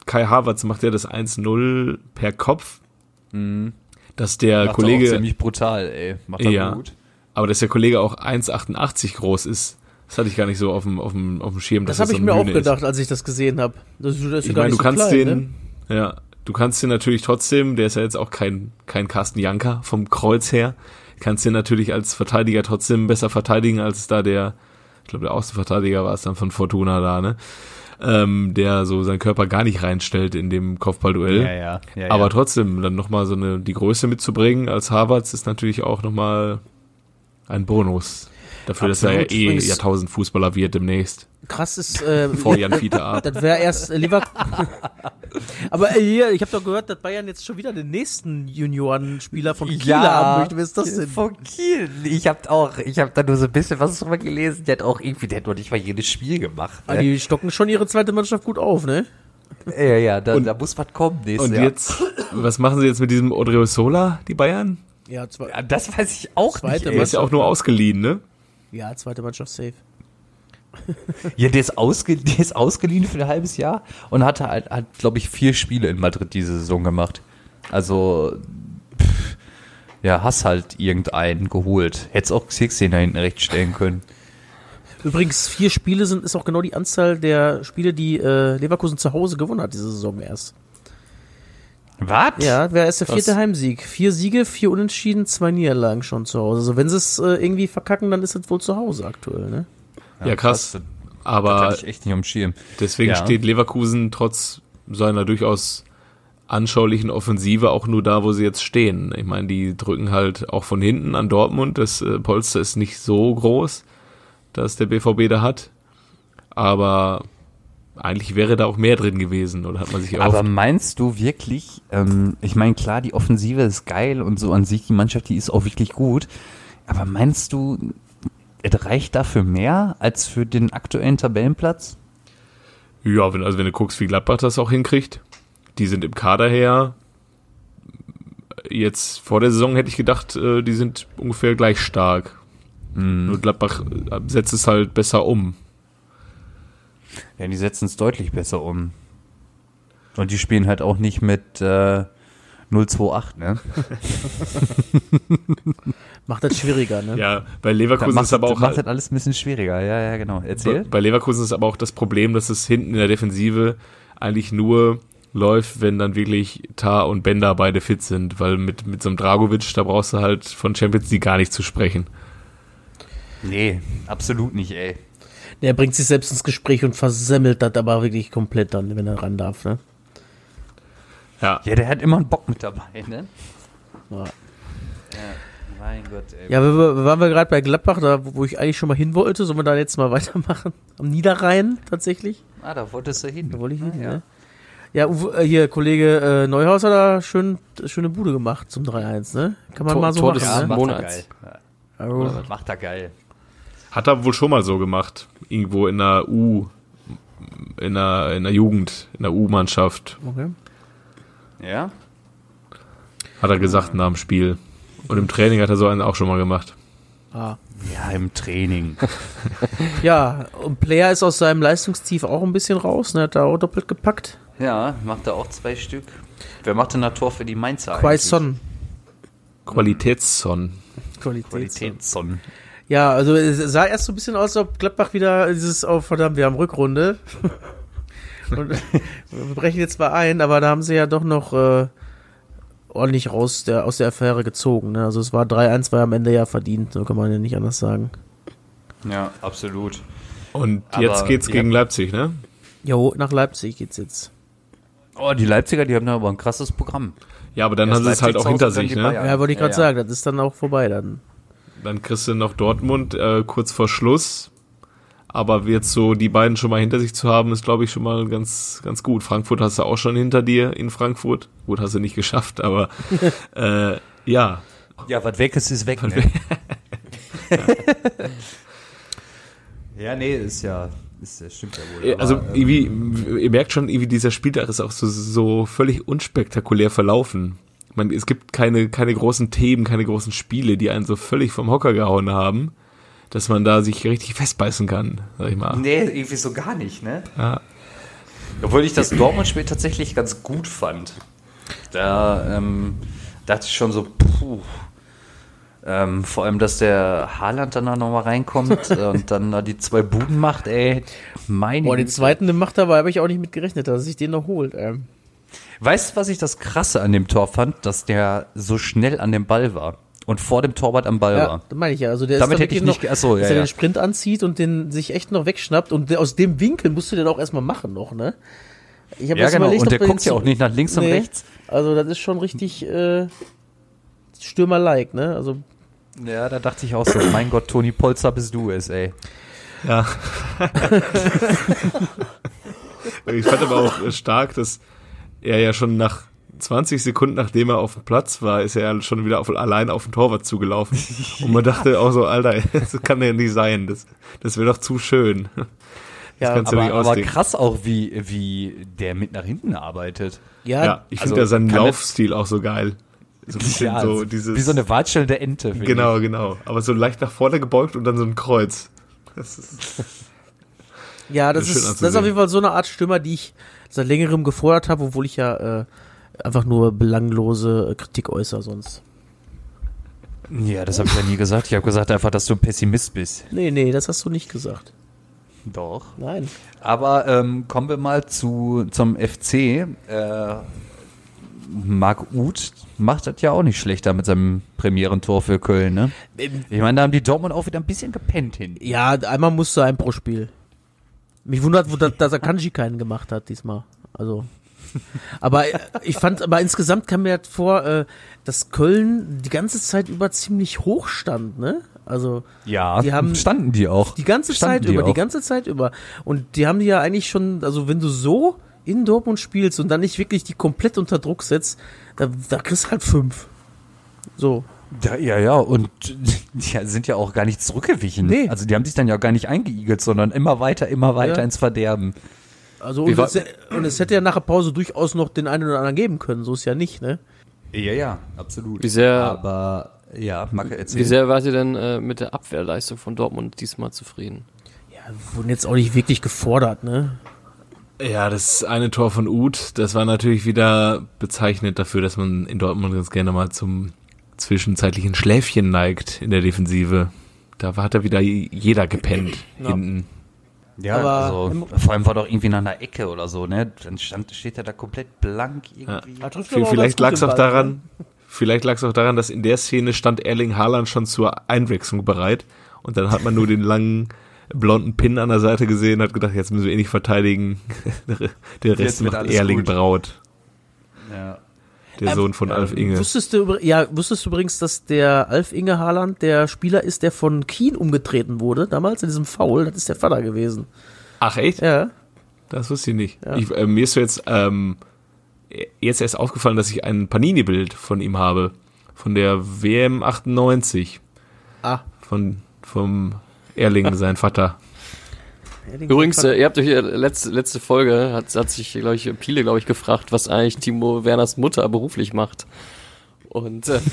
Kai Havertz macht ja das eins null per Kopf. Mhm. Dass der Macht Kollege. Er auch ziemlich brutal, ey. Macht er ja, gut. aber dass der Kollege auch eins achtundachtzig groß ist, das hatte ich gar nicht so auf dem, auf dem, auf dem Schirm. Das habe so ich eine mir auch Bühne gedacht, ist. als ich das gesehen habe. Das, das ist Ich gar meine, nicht du so kannst klein, den, ne? ja, du kannst den natürlich trotzdem, der ist ja jetzt auch kein, kein Carsten Janka vom Kreuz her, kannst den natürlich als Verteidiger trotzdem besser verteidigen, als da der, ich glaube, der Außenverteidiger war es dann von Fortuna da, ne? Ähm, der so seinen Körper gar nicht reinstellt in dem Kopfballduell. Ja, ja. ja, Aber ja. trotzdem, dann nochmal so eine, die Größe mitzubringen als Havertz ist natürlich auch nochmal ein Bonus. Dafür, Absolut. dass er ja eh Übrigens- Jahrtausend-Fußballer wird demnächst. Krass ist, äh, Vor Jan Fiete ab. das wäre erst äh, Leverkusen. Aber äh, hier, ich habe doch gehört, dass Bayern jetzt schon wieder den nächsten Juniorenspieler von Kiel haben möchte. Wer ist das denn? Von Kiel. Ich hab auch, ich hab da nur so ein bisschen was drüber gelesen. Der hat auch irgendwie, der hat noch nicht mal jedes Spiel gemacht. Ah, Ne? die stocken schon ihre zweite Mannschaft gut auf, ne? Ja, ja, da, Und- da muss was kommen nächstes Und Jahr. jetzt, was machen sie jetzt mit diesem Odriozola, die Bayern? Ja, zwei, Ja, das weiß ich auch Zweite nicht. Der ist ja auch nur ausgeliehen, ne? ja, zweite Mannschaft safe. Ja, der ist, ausge, der ist ausgeliehen für ein halbes Jahr und hat halt, hat, glaube ich, vier Spiele in Madrid diese Saison gemacht. Also, pff, ja, hast halt irgendeinen geholt. Hättest auch Xixi da hinten rechts stellen können. Übrigens, vier Spiele sind, ist auch genau die Anzahl der Spiele, die äh, Leverkusen zu Hause gewonnen hat diese Saison erst. Was? Ja, wäre erst der vierte Was? Heimsieg. Vier Siege, vier Unentschieden, zwei Niederlagen schon zu Hause. Also wenn sie es äh, irgendwie verkacken, dann ist es wohl zu Hause aktuell, ne? Ja, krass. Das, das Aber hatte ich echt nicht am Schirm. deswegen Ja. steht Leverkusen trotz seiner durchaus anschaulichen Offensive auch nur da, wo sie jetzt stehen. Ich meine, die drücken halt auch von hinten an Dortmund. Das äh, Polster ist nicht so groß, dass der B V B da hat. Aber eigentlich wäre da auch mehr drin gewesen, oder hat man sich Aber erhofft. meinst du wirklich, ähm, ich meine, klar, die Offensive ist geil und so an sich, die Mannschaft, die ist auch wirklich gut. Aber meinst du, es reicht dafür mehr als für den aktuellen Tabellenplatz? Ja, wenn, also wenn du guckst, wie Gladbach das auch hinkriegt. Die sind im Kader her. Jetzt vor der Saison hätte ich gedacht, äh, die sind ungefähr gleich stark. Nur Gladbach äh, setzt es halt besser um. Ja, die setzen es deutlich besser um. Und die spielen halt auch nicht mit äh, null zwei acht, ne? Macht das schwieriger, ne? Ja, bei Das Leverkusen macht, ist aber das auch macht halt, das alles ein bisschen schwieriger. Ja, ja, genau. bei, Erzähl. bei Leverkusen ist aber auch das Problem, dass es hinten in der Defensive eigentlich nur läuft, wenn dann wirklich Tah und Bender beide fit sind, weil mit, mit so einem Dragovic, da brauchst du halt von Champions League gar nicht zu sprechen. Nee, absolut nicht, ey. Der bringt sich selbst ins Gespräch und versemmelt das aber wirklich komplett dann, wenn er ran darf, ne? Ja, Ja, der hat immer einen Bock mit dabei, ne? Ja. Ja, mein Gott, ey. Ja, wir, wir waren wir gerade bei Gladbach, da wo ich eigentlich schon mal hin wollte. Sollen wir da jetzt mal weitermachen? Am Niederrhein tatsächlich? Ah, da wolltest du hin. Da wollte ich hin, Ah, ja. Ne? Ja, Uwe, äh, hier, Kollege äh, Neuhaus hat da schön, schöne Bude gemacht zum drei eins, ne? Kann man Tor- mal so Tor machen, des Ja, ne? macht Monats. er geil. Ja, Also, das macht er geil. hat er wohl schon mal so gemacht. Irgendwo in der U, in der, in der Jugend, in der U-Mannschaft, okay. Ja? hat er gesagt nach dem Spiel. Und im Training hat er so einen auch schon mal gemacht. Ah. Ja, im Training. Ja, und Player ist aus seinem Leistungstief auch ein bisschen raus, ne? Hat da auch doppelt gepackt. Ja, macht er auch zwei Stück. Wer macht denn das Tor für die Mainzer Quaison. Qualitätsson. Qualität. Qualitätsson. Ja, also es sah erst so ein bisschen aus, als ob Gladbach wieder dieses, oh verdammt, wir haben Rückrunde. Und wir brechen jetzt mal ein, aber da haben sie ja doch noch äh, ordentlich raus der, aus der Affäre gezogen. Ne? Also es war drei eins, war am Ende ja verdient, so kann man ja nicht anders sagen. Ja, absolut. Und Aber, jetzt geht's ja. gegen Leipzig, ne? Jo, nach Leipzig geht's jetzt. Oh, die Leipziger, die haben da aber ein krasses Programm. Ja, aber dann Erst haben sie es halt Leipzig auch zu hinter Hause und dann sich, die ne? Bayern. Ja, wollte ich gerade Ja, ja. sagen, das ist dann auch vorbei dann. Dann kriegst du noch Dortmund äh, kurz vor Schluss. Aber jetzt so die beiden schon mal hinter sich zu haben, ist, glaube ich, schon mal ganz, ganz gut. Frankfurt hast du auch schon hinter dir in Frankfurt. Gut, hast du nicht geschafft, aber äh, ja. Ja, was weg ist, ist weg. Ne? Ja, nee, ist ja, ist, das stimmt ja wohl. Äh, Also aber, ähm, irgendwie, ihr merkt schon, irgendwie dieser Spieltag ist auch so, so völlig unspektakulär verlaufen. Ich meine, es gibt keine, keine großen Themen, keine großen Spiele, die einen so völlig vom Hocker gehauen haben, dass man da sich richtig festbeißen kann, sag ich mal. Nee, irgendwie so gar nicht, ne? Ja. Obwohl ich das Dortmund-Spiel tatsächlich ganz gut fand. Da ähm, dachte ich schon so, puh. Ähm, vor allem, dass der Haaland dann noch mal reinkommt und dann da die zwei Buden macht, ey. Meine Boah, den Güte. zweiten, den macht er, aber habe ich auch nicht mit gerechnet, dass sich den noch holt. Ey. Weißt du, was ich das Krasse an dem Tor fand? Dass der so schnell an dem Ball war und vor dem Torwart am Ball Ja, war. das meine ich ja. Also der Damit ist da hätte ich wirklich nicht noch, ge- achso, ja, dass er ja. den Sprint anzieht und den sich echt noch wegschnappt und der, aus dem Winkel musst du den auch erstmal machen noch, ne? Ich habe Ja, jetzt genau. überlegt, Und ob der wir guckt jetzt ja so- auch nicht nach links und Nee. rechts. Also das ist schon richtig äh, Stürmer-like, ne? Also Ja, da dachte ich auch so, mein Gott, Toni Polster bist du es, ey. Ja. Ich fand aber auch äh, stark, dass er ja schon nach zwanzig Sekunden, nachdem er auf dem Platz war, ist er ja schon wieder auf, allein auf den Torwart zugelaufen. Und man dachte auch so, Alter, das kann ja nicht sein. Das, das wäre doch zu schön. Das Ja, kannst du Aber, nicht aber ausdenken. krass auch, wie, wie der mit nach hinten arbeitet. ja, Ja, ich also finde ja seinen kann Laufstil auch so geil. So ein bisschen Ja, so dieses. wie so eine watschelnde Ente. finde Genau, genau. Aber so leicht nach vorne gebeugt und dann so ein Kreuz. Das ist, ja, das Das ist schön ist, das anzusehen. ist auf jeden Fall so eine Art Stürmer, die ich seit längerem gefordert habe, obwohl ich ja äh, einfach nur belanglose äh, Kritik äußere sonst. ich. Ja, das habe ich ja nie gesagt. Ich habe gesagt einfach, dass du ein Pessimist bist. Nee, nee, das hast du nicht gesagt. Doch. Nein. Aber ähm, kommen wir mal zu, zum F C. Äh, Marc Uth macht das ja auch nicht schlechter mit seinem Premierentor für Köln, ne? Ich meine, da haben die Dortmund auch wieder ein bisschen gepennt hin. Ja, einmal musste ein pro Spiel. Mich wundert, wo das, dass Akanji keinen gemacht hat diesmal. Also. Aber äh, ich fand, aber insgesamt kam mir das vor, äh, dass Köln die ganze Zeit über ziemlich hoch stand, ne? Also Ja, Die haben- standen die auch. die ganze Standen Zeit über, die auch. ganze Zeit über. Und die haben die ja eigentlich schon, also wenn du so in Dortmund spielst und dann nicht wirklich die komplett unter Druck setzt, da, da kriegst du halt fünf. So. Ja, ja, ja, und die sind ja auch gar nicht zurückgewichen. Nee. Also die haben sich dann ja gar nicht eingeigelt, sondern immer weiter, immer weiter Ja. ins Verderben. Also Wie und war- es, und es hätte ja nach der Pause durchaus noch den einen oder anderen geben können, so ist ja nicht, ne? Ja, ja, absolut. Wie sehr- Aber, ja, Marke, erzähl. Wie sehr wart ihr denn äh, mit der Abwehrleistung von Dortmund diesmal zufrieden? Ja, wurden jetzt auch nicht wirklich gefordert, ne? ja, das eine Tor von Uth, das war natürlich wieder bezeichnend dafür, dass man in Dortmund ganz gerne mal zum zwischenzeitlichen Schläfchen neigt in der Defensive. Da hat er wieder jeder gepennt Ja. hinten. Ja, Aber also, im- vor allem war doch irgendwie nach einer Ecke oder so, ne? Dann stand, steht er da komplett blank irgendwie. Da trifft er V- aber Vielleicht ganz lag gut es den auch Ball, daran, ne? vielleicht lag es auch daran, dass in der Szene stand Erling Haaland schon zur Einwechslung bereit und dann hat man nur den langen blonden Pin an der Seite gesehen, hat gedacht, jetzt müssen wir eh nicht verteidigen. Der Rest wird macht alles Erling gut. Braut, Ja. der Ähm, Sohn von Alf Inge. Wusstest du, übr- ja, wusstest du übrigens, dass der Alf Inge Haaland der Spieler ist, der von Kien umgetreten wurde, damals in diesem Foul? Das ist der Vater gewesen. Ach echt? Ja. Das wusste ich nicht. Ja. Ich, äh, mir ist so jetzt ähm, jetzt erst aufgefallen, dass ich ein Panini-Bild von ihm habe. Von der W M achtundneunzig. Ah. Von, vom Erling, sein Vater. Übrigens, äh, ihr habt euch äh, letzte, letzte Folge, hat, hat sich, glaube ich, Piele, glaube ich, gefragt, was eigentlich Timo Werners Mutter beruflich macht. Und äh,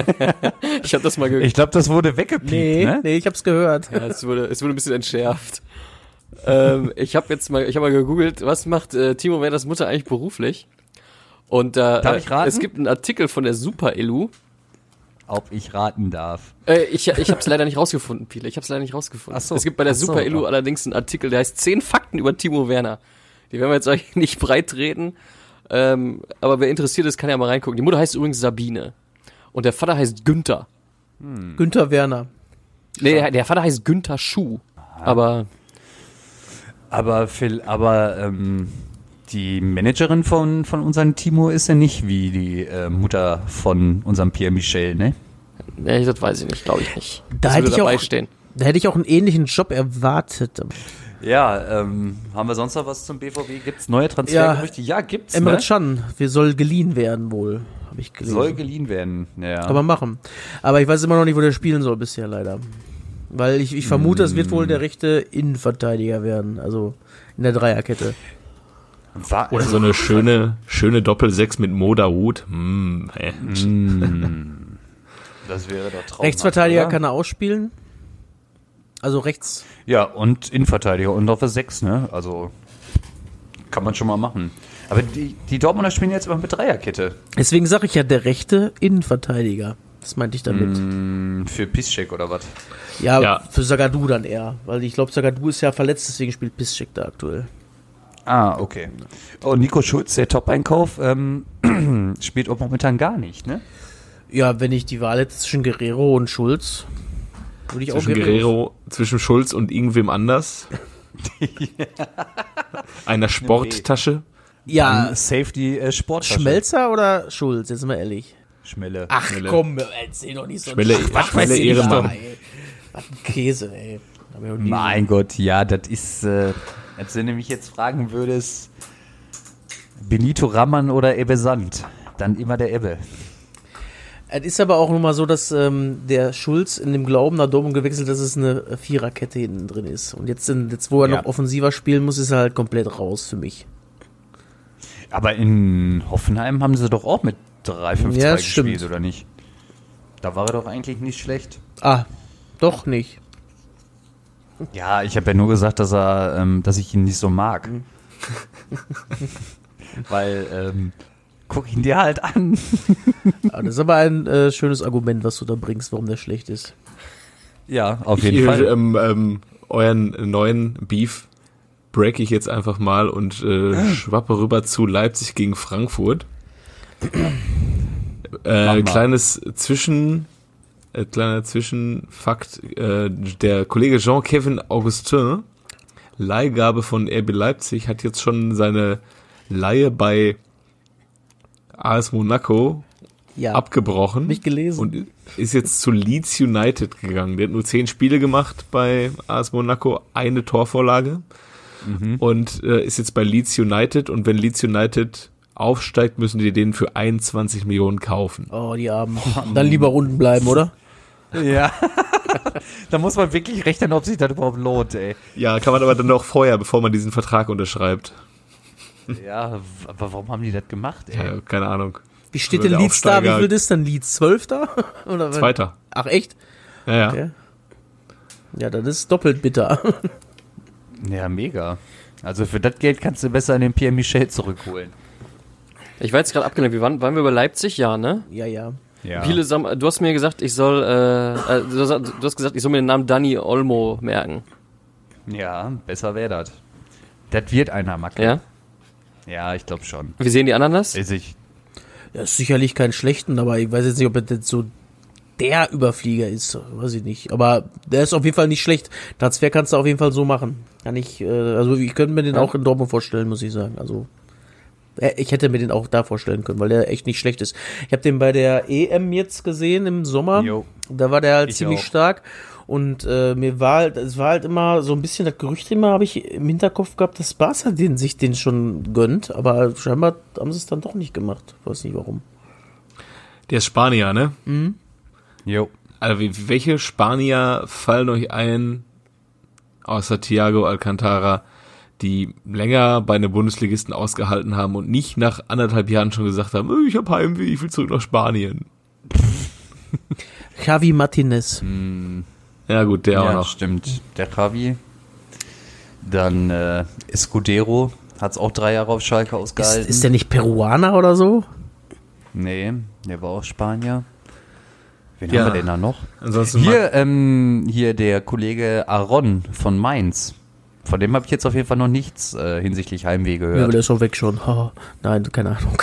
ich habe das mal ge Ich glaube, das wurde weggepiept, Nee, ne? nee, ich hab's gehört. ja, es wurde, es wurde ein bisschen entschärft. ähm, ich habe jetzt mal, ich habe mal gegoogelt, was macht äh, Timo Werners Mutter eigentlich beruflich? Und da Darf ich raten? es gibt einen Artikel von der Super Elu. Ob ich raten darf. Äh, ich ich habe es leider nicht rausgefunden, Piele. Ich habe es leider nicht rausgefunden. Ach so. Es gibt bei der Ach so, Super Elu ja. allerdings einen Artikel, der heißt zehn Fakten über Timo Werner. Die werden wir jetzt euch nicht breit reden. Ähm, aber wer interessiert ist, kann ja mal reingucken. Die Mutter heißt übrigens Sabine. Und der Vater heißt Günther. Günther Werner. Nee, der, der Vater heißt Günther Schuh. Aber Aber Phil, aber ähm, die Managerin von, von unserem Timo ist ja nicht wie die äh, Mutter von unserem Pierre Michel, ne? nee, das weiß ich nicht, glaube ich nicht. Da Das hätte würde ich dabei auch- stehen. Da hätte ich auch einen ähnlichen Job erwartet. Ja, ähm, haben wir sonst noch was zum B V B? Gibt's neue Transfergerüchte? Ja, gibt's, Emre ne? Can, wir soll geliehen werden wohl, habe ich gelesen. Soll geliehen werden, ja. Kann man machen. Aber ich weiß immer noch nicht, wo der spielen soll bisher leider. Weil ich, ich vermute, es wird wohl der rechte Innenverteidiger werden, also in der Dreierkette. War, Oder so eine schöne, schöne Doppel-Sechs mit Moderhut. Mm, hä. das wäre doch traumhaft, Rechtsverteidiger oder? kann er ausspielen. Also rechts. Ja, und Innenverteidiger und auf der sechs, ne? Also Kann man schon mal machen. Aber die, die Dortmunder spielen jetzt immer mit Dreierkette. Deswegen sage ich ja, der rechte Innenverteidiger. Das meinte ich damit. Mm, für Piszczek oder was? Ja, Ja. für Zagadou dann eher. Weil ich glaube, Zagadou ist ja verletzt, deswegen spielt Piszczek da aktuell. Ah, okay. Oh, Nico Schulz, der Top-Einkauf, ähm, spielt auch momentan gar nicht, ne? Ja, wenn ich die Wahl hätte zwischen Guerrero und Schulz, würde ich auch Zwischen Guerrero, zwischen Schulz und irgendwem anders. Einer Sporttasche. Ja, Safety äh, Sporttasche. Schmelzer oder Schulz, jetzt mal ehrlich. Schmelle. Ach Schmelle. komm, erzähl doch nicht so. Schmelle- einen Quatsch, Schmelle weiß ich Ehrenmann. doch, ey. Was ein Käse, ey. Hab ich noch nie Mein Gott, ja, das ist, äh, als wenn du mich jetzt fragen würdest, Benito Raman oder Ebbe Sand, dann immer der Ebbe. Es ist aber auch nun mal so, dass ähm, der Schulz in dem Glauben nach Dortmund gewechselt, dass es eine Viererkette hinten drin ist. Und jetzt, in, jetzt wo er Ja. noch offensiver spielen muss, ist er halt komplett raus für mich. Aber in Hoffenheim haben sie doch auch mit drei fünf zwei Ja, das gespielt, stimmt. oder nicht? Da war er doch eigentlich nicht schlecht. Ah, doch nicht. Ja, ich habe ja nur gesagt, dass er, ähm, dass ich ihn nicht so mag. Weil, ähm, guck ihn dir halt an. Ah, das ist aber ein äh, schönes Argument, was du da bringst, warum der schlecht ist. Ja, auf jeden Ich, Fall. ähm, ähm, euren neuen Beef break ich jetzt einfach mal und äh, schwappe rüber zu Leipzig gegen Frankfurt. Äh, mal. kleines Zwischen, äh, kleiner Zwischenfakt, äh, der Kollege Jean-Kevin Augustin, Leihgabe von R B Leipzig, hat jetzt schon seine Leihe bei A S Monaco Ja, abgebrochen hab ich gelesen. und ist jetzt zu Leeds United gegangen. Der hat nur zehn Spiele gemacht bei A S Monaco, eine Torvorlage und äh, ist jetzt bei Leeds United, und wenn Leeds United aufsteigt, müssen die den für einundzwanzig Millionen kaufen. Oh, die Armen. Dann lieber unten bleiben, oder? Ja. Da muss man wirklich rechnen, ob sich das überhaupt lohnt, ey. Ja, kann man aber dann auch vorher, bevor man diesen Vertrag unterschreibt. Ja, w- aber warum haben die das gemacht, ey? Ja, keine Ahnung. Wie steht Der denn Leeds da? Wie Aufsteiger- viel ist denn Leeds? Zwölfter? Oder was? Zweiter. Ach, echt? Ja, ja. Okay. Ja, das ist doppelt bitter. Ja, mega. Also für das Geld kannst du besser den Pierre Michel zurückholen. Ich war jetzt gerade abgelenkt. Wie waren, waren wir über Leipzig? Ja, ne? Ja, ja. Ja. Viele Sam- du hast mir gesagt, ich soll, äh, äh, du hast du hast gesagt, ich soll mir den Namen Dani Olmo merken. Ja, besser wäre das. Das wird einer, Macke. Ja? Ja, ich glaube schon. Wie sehen die anderen das? Also ich, Ja, ist sicherlich kein schlechten, aber ich weiß jetzt nicht, ob er jetzt so der Überflieger ist. Weiß ich nicht. Aber der ist auf jeden Fall nicht schlecht. Transfer kannst du auf jeden Fall so machen. Kann ich, äh, also ich könnte mir den Ja. auch in Dortmund vorstellen, muss ich sagen. Also äh, ich hätte mir den auch da vorstellen können, weil der echt nicht schlecht ist. Ich habe den bei der E M jetzt gesehen im Sommer. Jo. Da war der halt Ich ziemlich auch. stark. Und äh, mir war halt, es war halt immer so ein bisschen das Gerücht immer, habe ich im Hinterkopf gehabt, dass Barca den, sich den schon gönnt, aber scheinbar haben sie es dann doch nicht gemacht. Weiß nicht warum. Der ist Spanier, ne? jo. Also wie- welche Spanier fallen euch ein, außer Thiago Alcantara, die länger bei einem Bundesligisten ausgehalten haben und nicht nach anderthalb Jahren schon gesagt haben, "Oh, ich hab Heimweh, ich will zurück nach Spanien." Javi Martinez. Ja gut, der auch Ja, noch. stimmt. Der Javi. Dann äh, Escudero hat es auch drei Jahre auf Schalke Ist, ausgehalten. ist der nicht Peruaner oder so? Nee, der war auch Spanier. Wen Ja. haben wir denn da noch? Ansonsten Hier, ähm, hier der Kollege Aaron von Mainz. Von dem habe ich jetzt auf jeden Fall noch nichts äh, hinsichtlich Heimweh Ja, aber gehört. der ist schon weg schon. Ha, nein, keine Ahnung.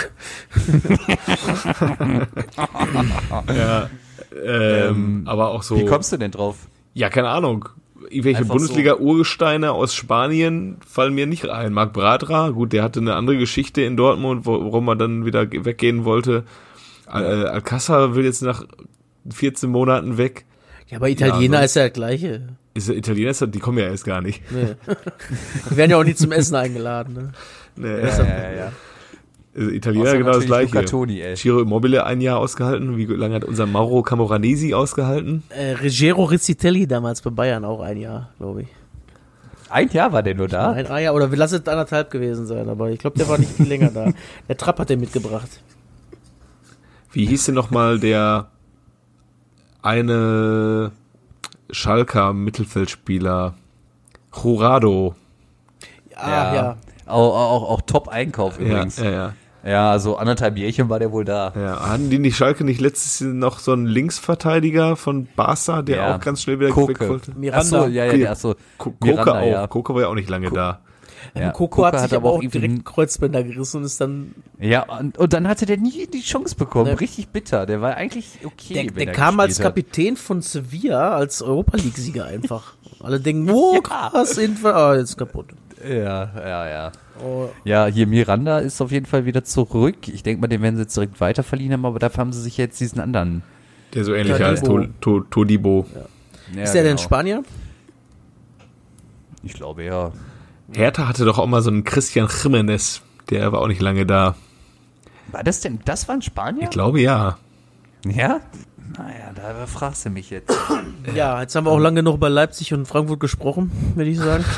ja, ähm, aber auch so. Wie kommst du denn drauf? Ja, keine Ahnung. Irgendwelche Einfach Bundesliga-Urgesteine aus Spanien fallen mir nicht rein. Marc Bradra, gut, der hatte eine andere Geschichte in Dortmund, wo- warum er dann wieder ge- weggehen wollte. Al- äh, Alcázar will jetzt nach vierzehn Monaten weg. Ja, aber Italiener Ja, ist ja der gleiche. Ist er Italiener? Ist er- Die kommen ja erst gar nicht. Nee. Die werden ja auch nie zum Essen eingeladen. Ne? Nee, Ja, ja, ja. also Italiener Außer genau das natürlich Luca gleiche. Toni, ey. Ciro Immobile ein Jahr ausgehalten. Wie lange hat unser Mauro Camoranesi ausgehalten? Äh, Ruggero Rizzitelli damals bei Bayern auch ein Jahr, glaube ich. Ein Jahr war der nur da? Ein Jahr, oder lass es anderthalb gewesen sein, aber ich glaube, der war nicht viel länger da. Der Trapp hat den mitgebracht. Wie hieß denn nochmal der eine Schalker Mittelfeldspieler? Jurado. Ah, ja. Auch, auch, auch Top-Einkauf übrigens. Ja, ja, ja. Ja, so anderthalb Jährchen war der wohl da. Ja, hatten die nicht Schalke nicht letztes Jahr noch so einen Linksverteidiger von Barca, der Ja. auch ganz schnell wieder Koke. weg wollte? Miranda. Achso, ja, ja, ja, achso. Ko- Koke Miranda, auch. ja. Koke war ja auch nicht lange da. Ja, Coco Koke hat sich aber auch irgendwie- direkt Kreuzbänder gerissen und ist dann. Ja, und, und dann hatte der nie die Chance bekommen. Ne. Richtig bitter. Der war eigentlich okay. Der, wenn der er kam als gespielt hat. Kapitän von Sevilla, als Europa League-Sieger einfach. Alle denken, oh krass, Inter- ah, jetzt kaputt. Ja, ja, ja. Oh, Ja, hier Miranda ist auf jeden Fall wieder zurück. Ich denke mal, den werden sie jetzt direkt weiter verliehen haben, aber dafür haben sie sich jetzt diesen anderen. Der so ähnlich heißt, Todibo. To- To- Todibo. Ja, ist der denn genau. Spanier? Ich glaube, ja. Hertha hatte doch auch mal so einen Christian Jimenez, der war auch nicht lange da. War das denn, das war ein Spanier? Ich glaube ja. Ja? Naja, da fragst du mich jetzt. Ja, jetzt haben wir auch lange noch über Leipzig und Frankfurt gesprochen, würde ich sagen.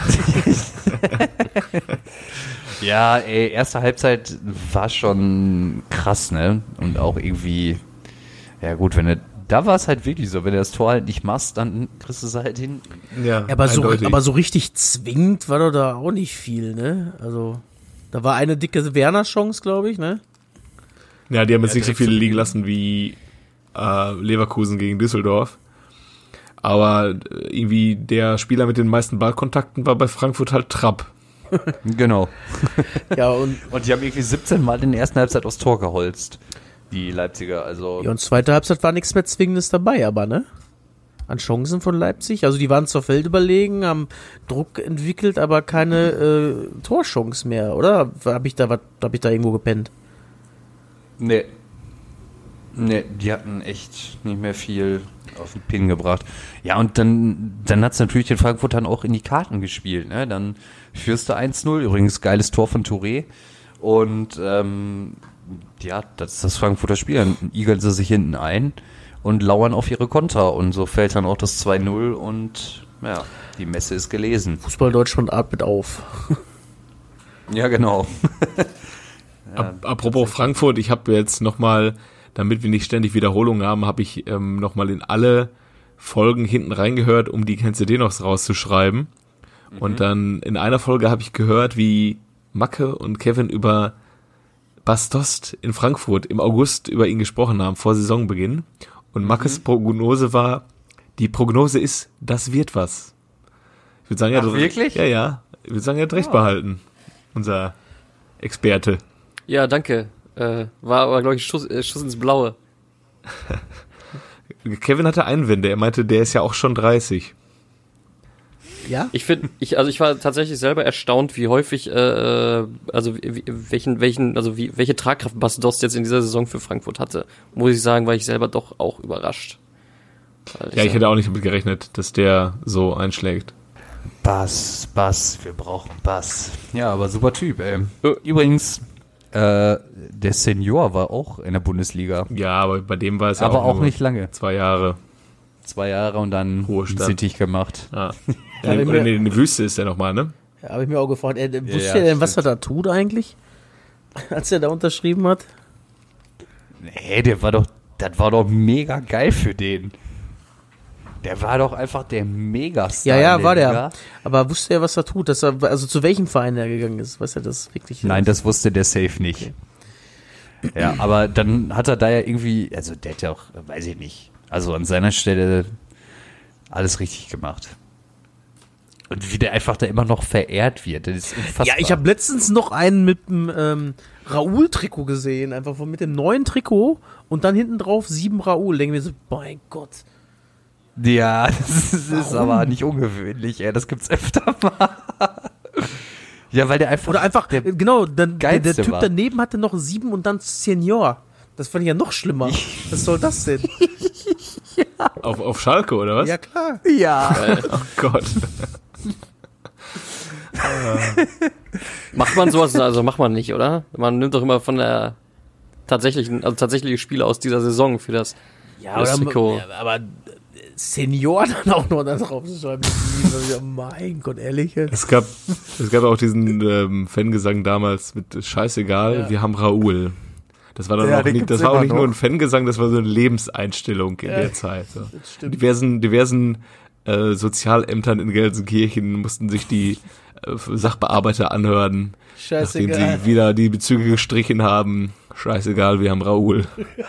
Ja, ey, erste Halbzeit war schon krass, ne? Und auch irgendwie, ja gut, wenn du, da war es halt wirklich so, wenn du das Tor halt nicht machst, dann kriegst du es halt hin. Ja, Ja, aber, so, eindeutig. aber so richtig zwingend war doch da auch nicht viel, ne? Also, da war eine dicke Werner-Chance, glaube ich, ne? Ja, die haben jetzt Ja, nicht so direkt viele zu liegen lassen wie äh, Leverkusen gegen Düsseldorf. Aber äh, irgendwie der Spieler mit den meisten Ballkontakten war bei Frankfurt halt Trapp. Genau. Ja, und, Und die haben irgendwie siebzehn Mal in der ersten Halbzeit aufs Tor geholzt. Die Leipziger, also. ja, und zweite Halbzeit war nichts mehr Zwingendes dabei, aber, ne? An Chancen von Leipzig. Also, die waren zur Feld überlegen, haben Druck entwickelt, aber keine äh, Torchance mehr, oder? Hab ich da, was, hab ich da irgendwo gepennt? Nee. Nee, die hatten echt nicht mehr viel auf den Pin gebracht. Ja, und dann, dann hat es natürlich den Frankfurtern auch in die Karten gespielt. Ne? Dann führst du eins null, übrigens geiles Tor von Touré. Und ähm, ja, das ist das Frankfurter Spiel. Dann igeln sie sich hinten ein und lauern auf ihre Konter. Und so fällt dann auch das zwei null und ja, die Messe ist gelesen. Fußball Deutschland atmet auf. Ja, genau. Ap- Apropos Frankfurt, ich habe jetzt nochmal, damit wir nicht ständig Wiederholungen haben, habe ich ähm, nochmal in alle Folgen hinten reingehört, um die Kennst du den noch rauszuschreiben. Mhm. Und dann in einer Folge habe ich gehört, wie Macke und Kevin über Bas Dost in Frankfurt im August über ihn gesprochen haben, vor Saisonbeginn. Und Mackes mhm. Prognose war, die Prognose ist, das wird was. Ich würde sagen, er Ach, hat wirklich? Ja, ja. Ich würde sagen, er hat recht behalten. Unser Experte. Ja, danke. Äh, war aber, glaube ich, Schuss, äh, Schuss ins Blaue. Kevin hatte Einwände. Er meinte, der ist ja auch schon dreißig. Ja? Ich finde, ich, also ich war tatsächlich selber erstaunt, wie häufig, äh, also wie, welchen, welchen, also wie, welche Tragkraft Bas Dost jetzt in dieser Saison für Frankfurt hatte. Muss ich sagen, war ich selber doch auch überrascht. Weil Ja, ich hätte auch nicht damit gerechnet, dass der so einschlägt. Bass, Bass, wir brauchen Bass. Ja, aber super Typ, ey. Äh. Übrigens, äh, der Senior war auch in der Bundesliga. Ja, aber bei dem war es ja Aber auch nur nicht lange. zwei Jahre. Zwei Jahre und dann Ruhestand. Sintig gemacht. Ja. Ja, in, wenn oder wir- nee, in der Wüste ist er nochmal, ne? Ja, habe ich mir auch gefragt. Er, wusste ja, er denn, was er stimmt. da tut eigentlich? Als er da unterschrieben hat? Nee, der war doch, das war doch mega geil für den. Der war doch einfach der Megastar. Ja, ja, in war der der. Liga. Aber wusste er, was er tut? Dass er, also zu welchem Verein er gegangen ist? Weiß er das wirklich? Nein, das wusste der safe nicht. Ja, aber dann hat er da ja irgendwie, also der hat ja auch, weiß ich nicht, also an seiner Stelle alles richtig gemacht. Und wie der einfach da immer noch verehrt wird, das ist unfassbar. Ja, ich habe letztens noch einen mit dem ähm, Raoul-Trikot gesehen, einfach von, mit dem neuen Trikot und dann hinten drauf sieben Raoul. Denke mir so, mein Gott. Ja, das ist, ist aber nicht ungewöhnlich, ey, das gibt's öfter mal. Ja, weil der einfach, Oder einfach, der, äh, genau, dann, der, der Geilste Typ war. daneben hatte noch sieben und dann Senior. Das fand ich ja noch schlimmer. Was soll das denn? Auf, auf Schalke, oder was? Ja, klar. ja. Oh Gott. Macht man sowas, also macht man nicht, oder? Man nimmt doch immer von der tatsächlichen, also tatsächliche Spiele aus dieser Saison für das, Ja, für das oder, Trikot. ja, aber Senior dann auch noch da drauf zu schreiben. Ja, mein Gott, ehrlich jetzt. Es gab, es gab auch diesen ähm, Fangesang damals mit Scheißegal, Ja. wir haben Raoul. Das war dann Ja, auch den nicht, gibt's das war auch immer nicht nur noch. ein Fangesang, das war so eine Lebenseinstellung in Ja, der Zeit. So. Das stimmt. Diversen, diversen äh, Sozialämtern in Gelsenkirchen mussten sich die äh, Sachbearbeiter anhören, nachdem Scheißegal. sie wieder die Bezüge gestrichen haben. Scheißegal, wir haben Raoul.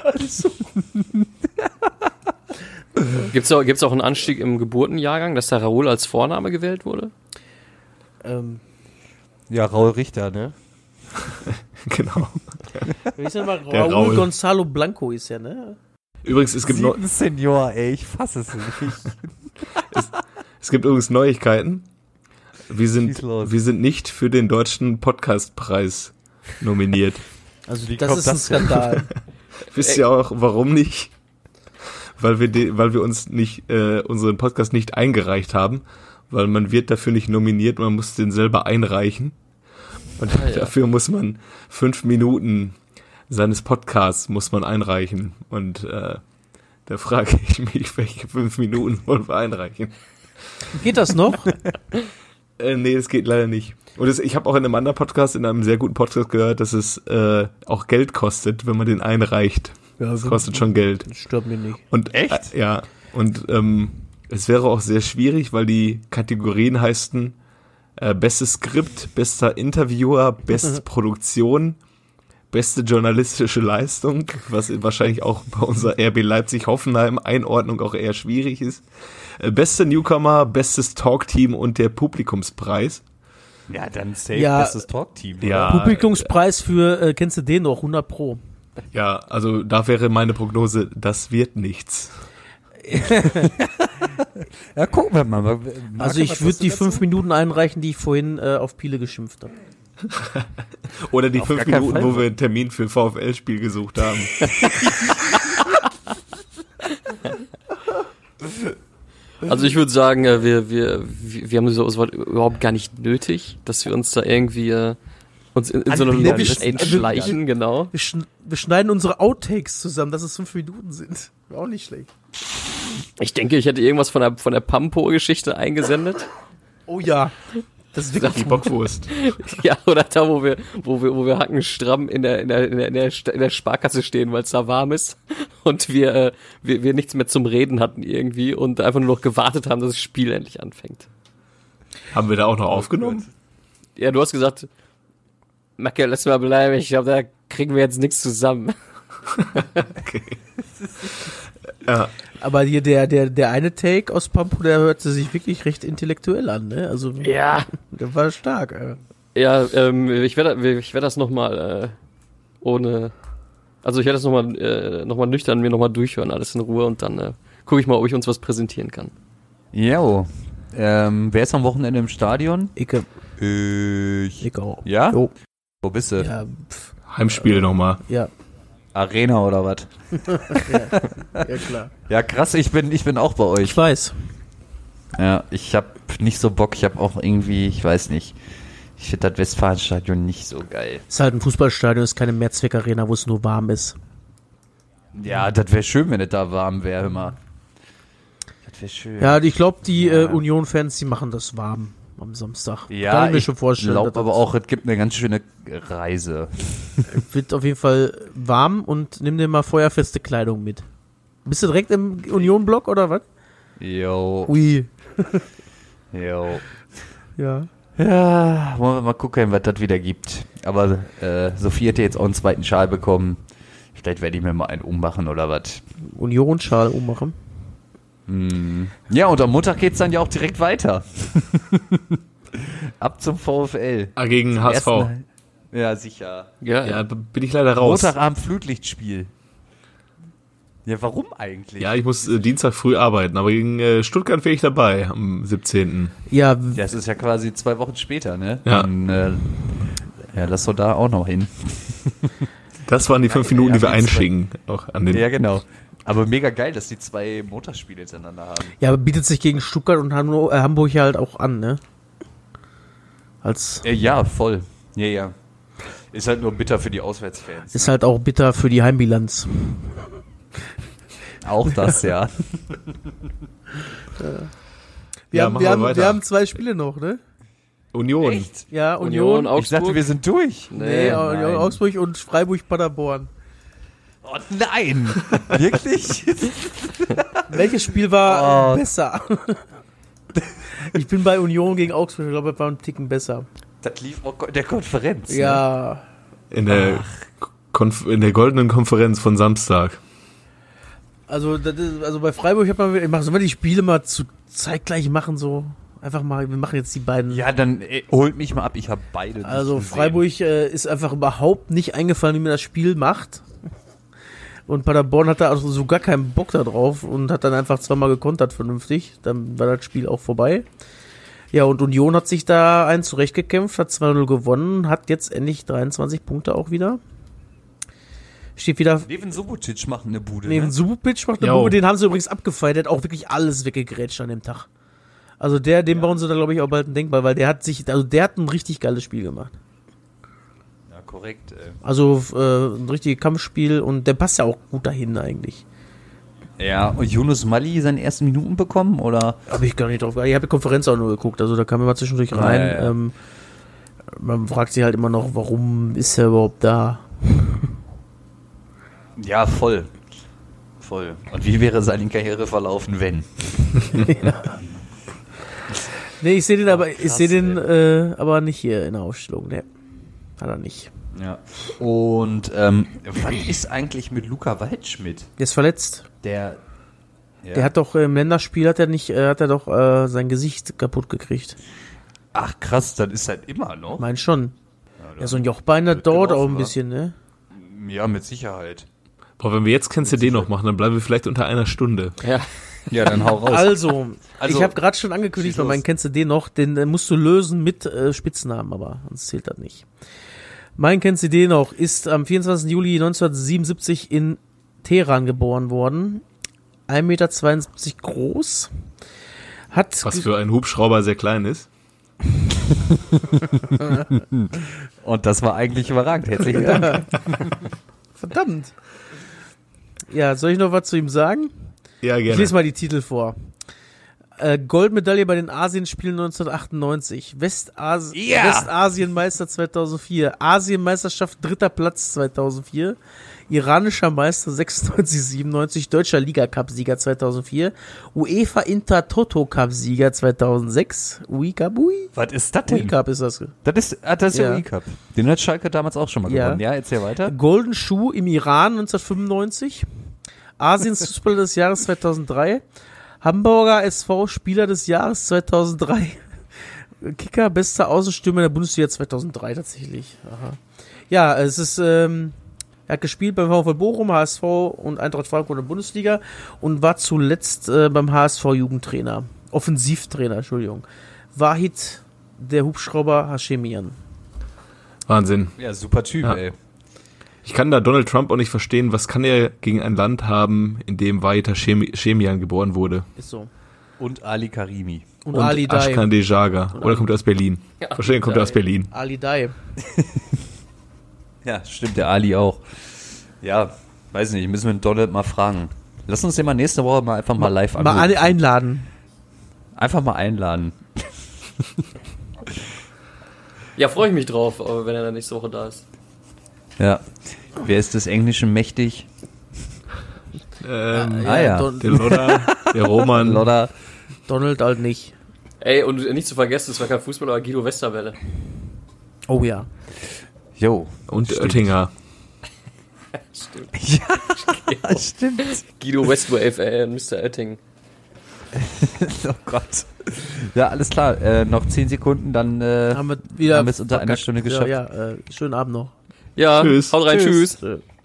Gibt's auch, gibt's auch einen Anstieg im Geburtenjahrgang, dass der Raoul als Vorname gewählt wurde? Ähm, Ja, Raul Richter, ne? Genau. wie ist denn mal? Der Raúl Raul. Gonzalo Blanco ist ja, ne? Übrigens, es gibt, neu- Sieben Senior, ey, ich fasse es nicht. es gibt übrigens Neuigkeiten. Wir sind, Schieß los. wir sind nicht für den deutschen Podcastpreis nominiert. Also Wie das kommt ist ein das denn? Skandal. Wisst ihr auch, warum nicht? Weil wir, de, weil wir uns nicht, äh, unseren Podcast nicht eingereicht haben, weil man wird dafür nicht nominiert, man muss den selber einreichen. Und Ah, ja. dafür muss man fünf Minuten seines Podcasts muss man einreichen. Und äh, da frage ich mich, welche fünf Minuten wollen wir einreichen? Geht das noch? Äh, nee, das geht leider nicht. Und das, ich habe auch in einem anderen Podcast, in einem sehr guten Podcast gehört, dass es äh, auch Geld kostet, wenn man den einreicht. Ja, Das kostet schon Geld. Stört mich nicht. Und Echt? Äh, ja. Und ähm, es wäre auch sehr schwierig, weil die Kategorien heißen äh, bestes Skript, bester Interviewer, beste Produktion, beste journalistische Leistung, was wahrscheinlich auch bei unserer R B Leipzig-Hoffenheim Einordnung auch eher schwierig ist. Äh, beste Newcomer, bestes Talkteam und der Publikumspreis. Ja, dann safe Ja. bestes Talk-Team. Ja. Publikumspreis für, äh, kennst du den noch? hundert Pro. Ja, also da wäre meine Prognose, das wird nichts. Ja, gucken wir mal. Marke, Also ich was würde hast du die dazu? fünf Minuten einreichen, die ich vorhin äh, auf Piele geschimpft habe. Oder die Auf fünf gar keinen Minuten, Fall. wo wir einen Termin für VfL-Spiel gesucht haben. Also ich würde sagen, äh, wir, wir, wir wir haben so sowas überhaupt gar nicht nötig, dass wir uns da irgendwie äh, uns in, in so eine Anbiedern. Logisch Wir- einschleichen, genau. Wir, schn wir schneiden unsere Outtakes zusammen, dass es fünf Minuten sind. Wäre auch nicht schlecht. Ich denke, ich hätte irgendwas von der von der Pampo-Geschichte eingesendet. Oh ja. Das ist wirklich Die Bockwurst. Ja, oder da, wo wir, wo wir, wo wir hackenstramm in der, in der, in der, in der, Sta- in der Sparkasse stehen, weil es da warm ist und wir, äh, wir, wir nichts mehr zum Reden hatten irgendwie und einfach nur noch gewartet haben, dass das Spiel endlich anfängt. Haben wir da auch noch aufgenommen? Ja, du hast gesagt, Macke, lass mal bleiben, ich glaube, da kriegen wir jetzt nichts zusammen. Ja. Aber hier der, der, der eine Take aus Pampo, der hörte sich wirklich recht intellektuell an, ne? Also, Ja. der war stark, äh. Ja, ähm, ich werde ich werd das nochmal äh, ohne, also ich werde das nochmal äh, noch mal nüchtern mir nochmal durchhören, alles in Ruhe und dann äh, gucke ich mal, ob ich uns was präsentieren kann. Jo. Ähm, wer ist am Wochenende im Stadion? Icke, Ich. Icke auch. Ja? Jo. Wo bist du? Ja, pf, Heimspiel nochmal. ja, Arena oder was? ja, klar. Ja, krass, ich bin, ich bin auch bei euch. Ich weiß. Ja, ich hab nicht so Bock, ich hab auch irgendwie, ich weiß nicht. Ich finde das Westfalenstadion nicht so geil. Ist halt ein Fußballstadion, ist keine Mehrzweckarena, wo es nur warm ist. Ja, das wäre schön, wenn es da warm wäre, immer. Das wäre schön. Ja, ich glaube, die Ja. äh, Union-Fans, die machen das warm am Samstag. Ja, Kann ich mir ich schon vorstellen. glaube dass aber das auch, es gibt eine ganz schöne Reise. Wird auf jeden Fall warm und nimm dir mal feuerfeste Kleidung mit. Bist du direkt im Union-Block oder was? Jo, Ui. jo. Ja. Ja, wollen wir mal gucken, was das wieder gibt. Aber äh, Sophie hat ja jetzt auch einen zweiten Schal bekommen. Vielleicht werde ich mir mal einen ummachen oder was. Union-Schal ummachen. Hm. Ja, und am Montag geht's dann ja auch direkt weiter. Ab zum VfL. Ah, gegen H S V. Ersten- Ja, sicher. Ja, Ja, da bin ich leider raus. Montagabend Flutlichtspiel. Ja, warum eigentlich? Ja, ich muss äh, Dienstag früh arbeiten, aber gegen äh, Stuttgart wäre ich dabei am siebzehnten. Ja, w- Das ist ja quasi zwei Wochen später, ne? Ja. Dann, äh, ja, lass doch da auch noch hin. Das waren die fünf Ja, Minuten, die wir ja, die zwei- einschicken. Auch an den Ja, genau. Aber mega geil, dass die zwei Montagsspiele hintereinander haben. ja, bietet sich gegen Stuttgart und Hamburg, äh, Hamburg ja halt auch an, ne? Als Äh, ja, voll. Ja, ja. Ist halt nur bitter für die Auswärtsfans. ist halt auch bitter für die Heimbilanz. Auch das, ja. Wir, Ja, haben, machen wir, wir haben, weiter. wir haben zwei Spiele noch, ne? Union. Echt? Ja, Union, Union. Ich dachte, Augsburg. wir sind durch. Nee, Nee, Union nein. Augsburg und Freiburg-Paderborn. Oh nein! Wirklich? Welches Spiel war Oh. besser? Ich bin bei Union gegen Augsburg, ich glaube, das war ein Ticken besser. Das lief auch in der Konferenz. Ja. In der, Konf- in der goldenen Konferenz von Samstag. Also, das ist, also bei Freiburg, ich, hab mal, ich mach so, wenn die Spiele mal zu zeitgleich machen, so einfach mal, wir machen jetzt die beiden. Ja, dann ey, holt mich mal ab, ich habe beide. Also nicht gesehen. Freiburg äh, ist einfach überhaupt nicht eingefallen, wie man das Spiel macht. Und Paderborn hat da also so gar keinen Bock da drauf und hat dann einfach zweimal gekontert vernünftig. Dann war das Spiel auch vorbei. Ja, und Union hat sich da ein zurechtgekämpft, hat zwei null gewonnen, hat jetzt endlich dreiundzwanzig Punkte auch wieder. Steht wieder... Neven Subotic macht eine Bude, Neven ne? Subotic macht eine Jo. Bude, den haben sie übrigens abgefeiert, der hat auch wirklich alles weggegrätscht an dem Tag. Also der, dem bauen sie da glaube ich auch bald ein Denkmal, weil der hat sich, also der hat ein richtig geiles Spiel gemacht. Ja, korrekt. Ey. Also äh, ein richtiges Kampfspiel und der passt ja auch gut dahin eigentlich. Ja, und Yunus Mali seine ersten Minuten bekommen, oder? Habe ich gar nicht drauf. Ich habe die Konferenz auch nur geguckt, also da kam immer zwischendurch rein. Ja, ja, ja. Ähm, man fragt sich halt immer noch, warum ist er überhaupt da? Ja, voll. Voll. Und wie wäre seine Karriere verlaufen, wenn? Nee, ich sehe den aber, Ach, ich krass, sehe den äh, aber nicht hier in der Ausstellung. Ne, hat er nicht. Ja. Und ähm, was ist eigentlich mit Luca Waldschmidt? Der ist verletzt. Der, ja. Der hat doch im Länderspiel hat er nicht, äh, hat er doch äh, sein Gesicht kaputt gekriegt. Ach krass, das ist halt immer noch. Mein schon. Ja, Ja, so ein Jochbein, das wird dauert auch gelaufen, ein wa? bisschen, ne? Ja, mit Sicherheit. Boah, wenn wir jetzt kein C D noch machen, dann bleiben wir vielleicht unter einer Stunde. Ja. Ja, dann hau raus. Also, Also, ich habe gerade schon angekündigt, schieß weil los. meinen kennst du den noch, den äh, musst du lösen mit äh, Spitznamen, aber sonst zählt das nicht. Mein kennst du den noch, ist am vierundzwanzigsten Juli neunzehnhundertsiebenundsiebzig in Teheran geboren worden. ein Meter zweiundsiebzig groß. Hat Was für ein Hubschrauber sehr klein ist. Und das war eigentlich überragend. Herzlichen Dank. Verdammt. Ja, soll ich noch was zu ihm sagen? Ja, Ich gerne. lese mal die Titel vor. Äh, Goldmedaille bei den Asienspielen neunzehnhundertachtundneunzig. Westas- Ja. Westasienmeister zweitausendvier. Asienmeisterschaft dritter Platz zweitausendvier. Iranischer Meister sechsundneunzig siebenundneunzig. Deutscher Liga-Cup-Sieger zweitausendvier. UEFA Inter-Toto-Cup-Sieger zweitausendsechs. Uika Bui? Was ist das denn? Ui-Cup ist das. Das ist, ah, das ist Ja. der U-Cup. Den hat Schalke damals auch schon mal Ja. gewonnen. Ja, erzähl weiter. Golden Shoe im Iran neunzehnhundertfünfundneunzig. Asiens Fußballer des Jahres zweitausenddrei. Hamburger S V Spieler des Jahres zweitausenddrei. Kicker, bester Außenstürmer in der Bundesliga zweitausenddrei tatsächlich. Aha. Ja, es ist, ähm, er hat gespielt beim VfL Bochum, H S V und Eintracht Frankfurt in der Bundesliga und war zuletzt äh, beim H S V Jugendtrainer. Offensivtrainer, Entschuldigung. Wahid, der Hubschrauber Hashemian. Wahnsinn. Ja, super Typ, Ja. ey. Ich kann da Donald Trump auch nicht verstehen, was kann er gegen ein Land haben, in dem Vahid Hashemian geboren wurde? Ist so. Und Ali Karimi. Und, Und Ali Dai. Ashkan Dejaga. Oder kommt er aus Berlin? Ja, Wahrscheinlich kommt er aus Dai. Berlin. Ali Dai. Ja, stimmt, der Ali auch. Ja, weiß nicht, müssen wir den Donald mal fragen. Lass uns den mal nächste Woche mal einfach mal live Mal anrufen. ein- einladen. Einfach mal einladen. Ja, freue ich mich drauf, aber wenn er dann nächste Woche da ist. Ja. Wer ist des Englischen mächtig? Ähm, Ah ja. Don der Lodder, der Roman. Lodder. Donald halt nicht. Ey, und nicht zu vergessen, es war kein Fußballer, aber Guido Westerwelle. Oh ja. Jo. Und Stimmt. Oettinger. Stimmt. Ja, stimmt. Guido Westwave, ey, und Mister Oetting. Oh Gott. Ja, alles klar. Äh, noch zehn Sekunden, dann äh, Haben wir wieder haben wir es unter einer verkackt. Stunde geschafft. Ja, ja äh, schönen Abend noch. Ja, Tschüss. haut rein, Tschüss. tschüss. Tschö.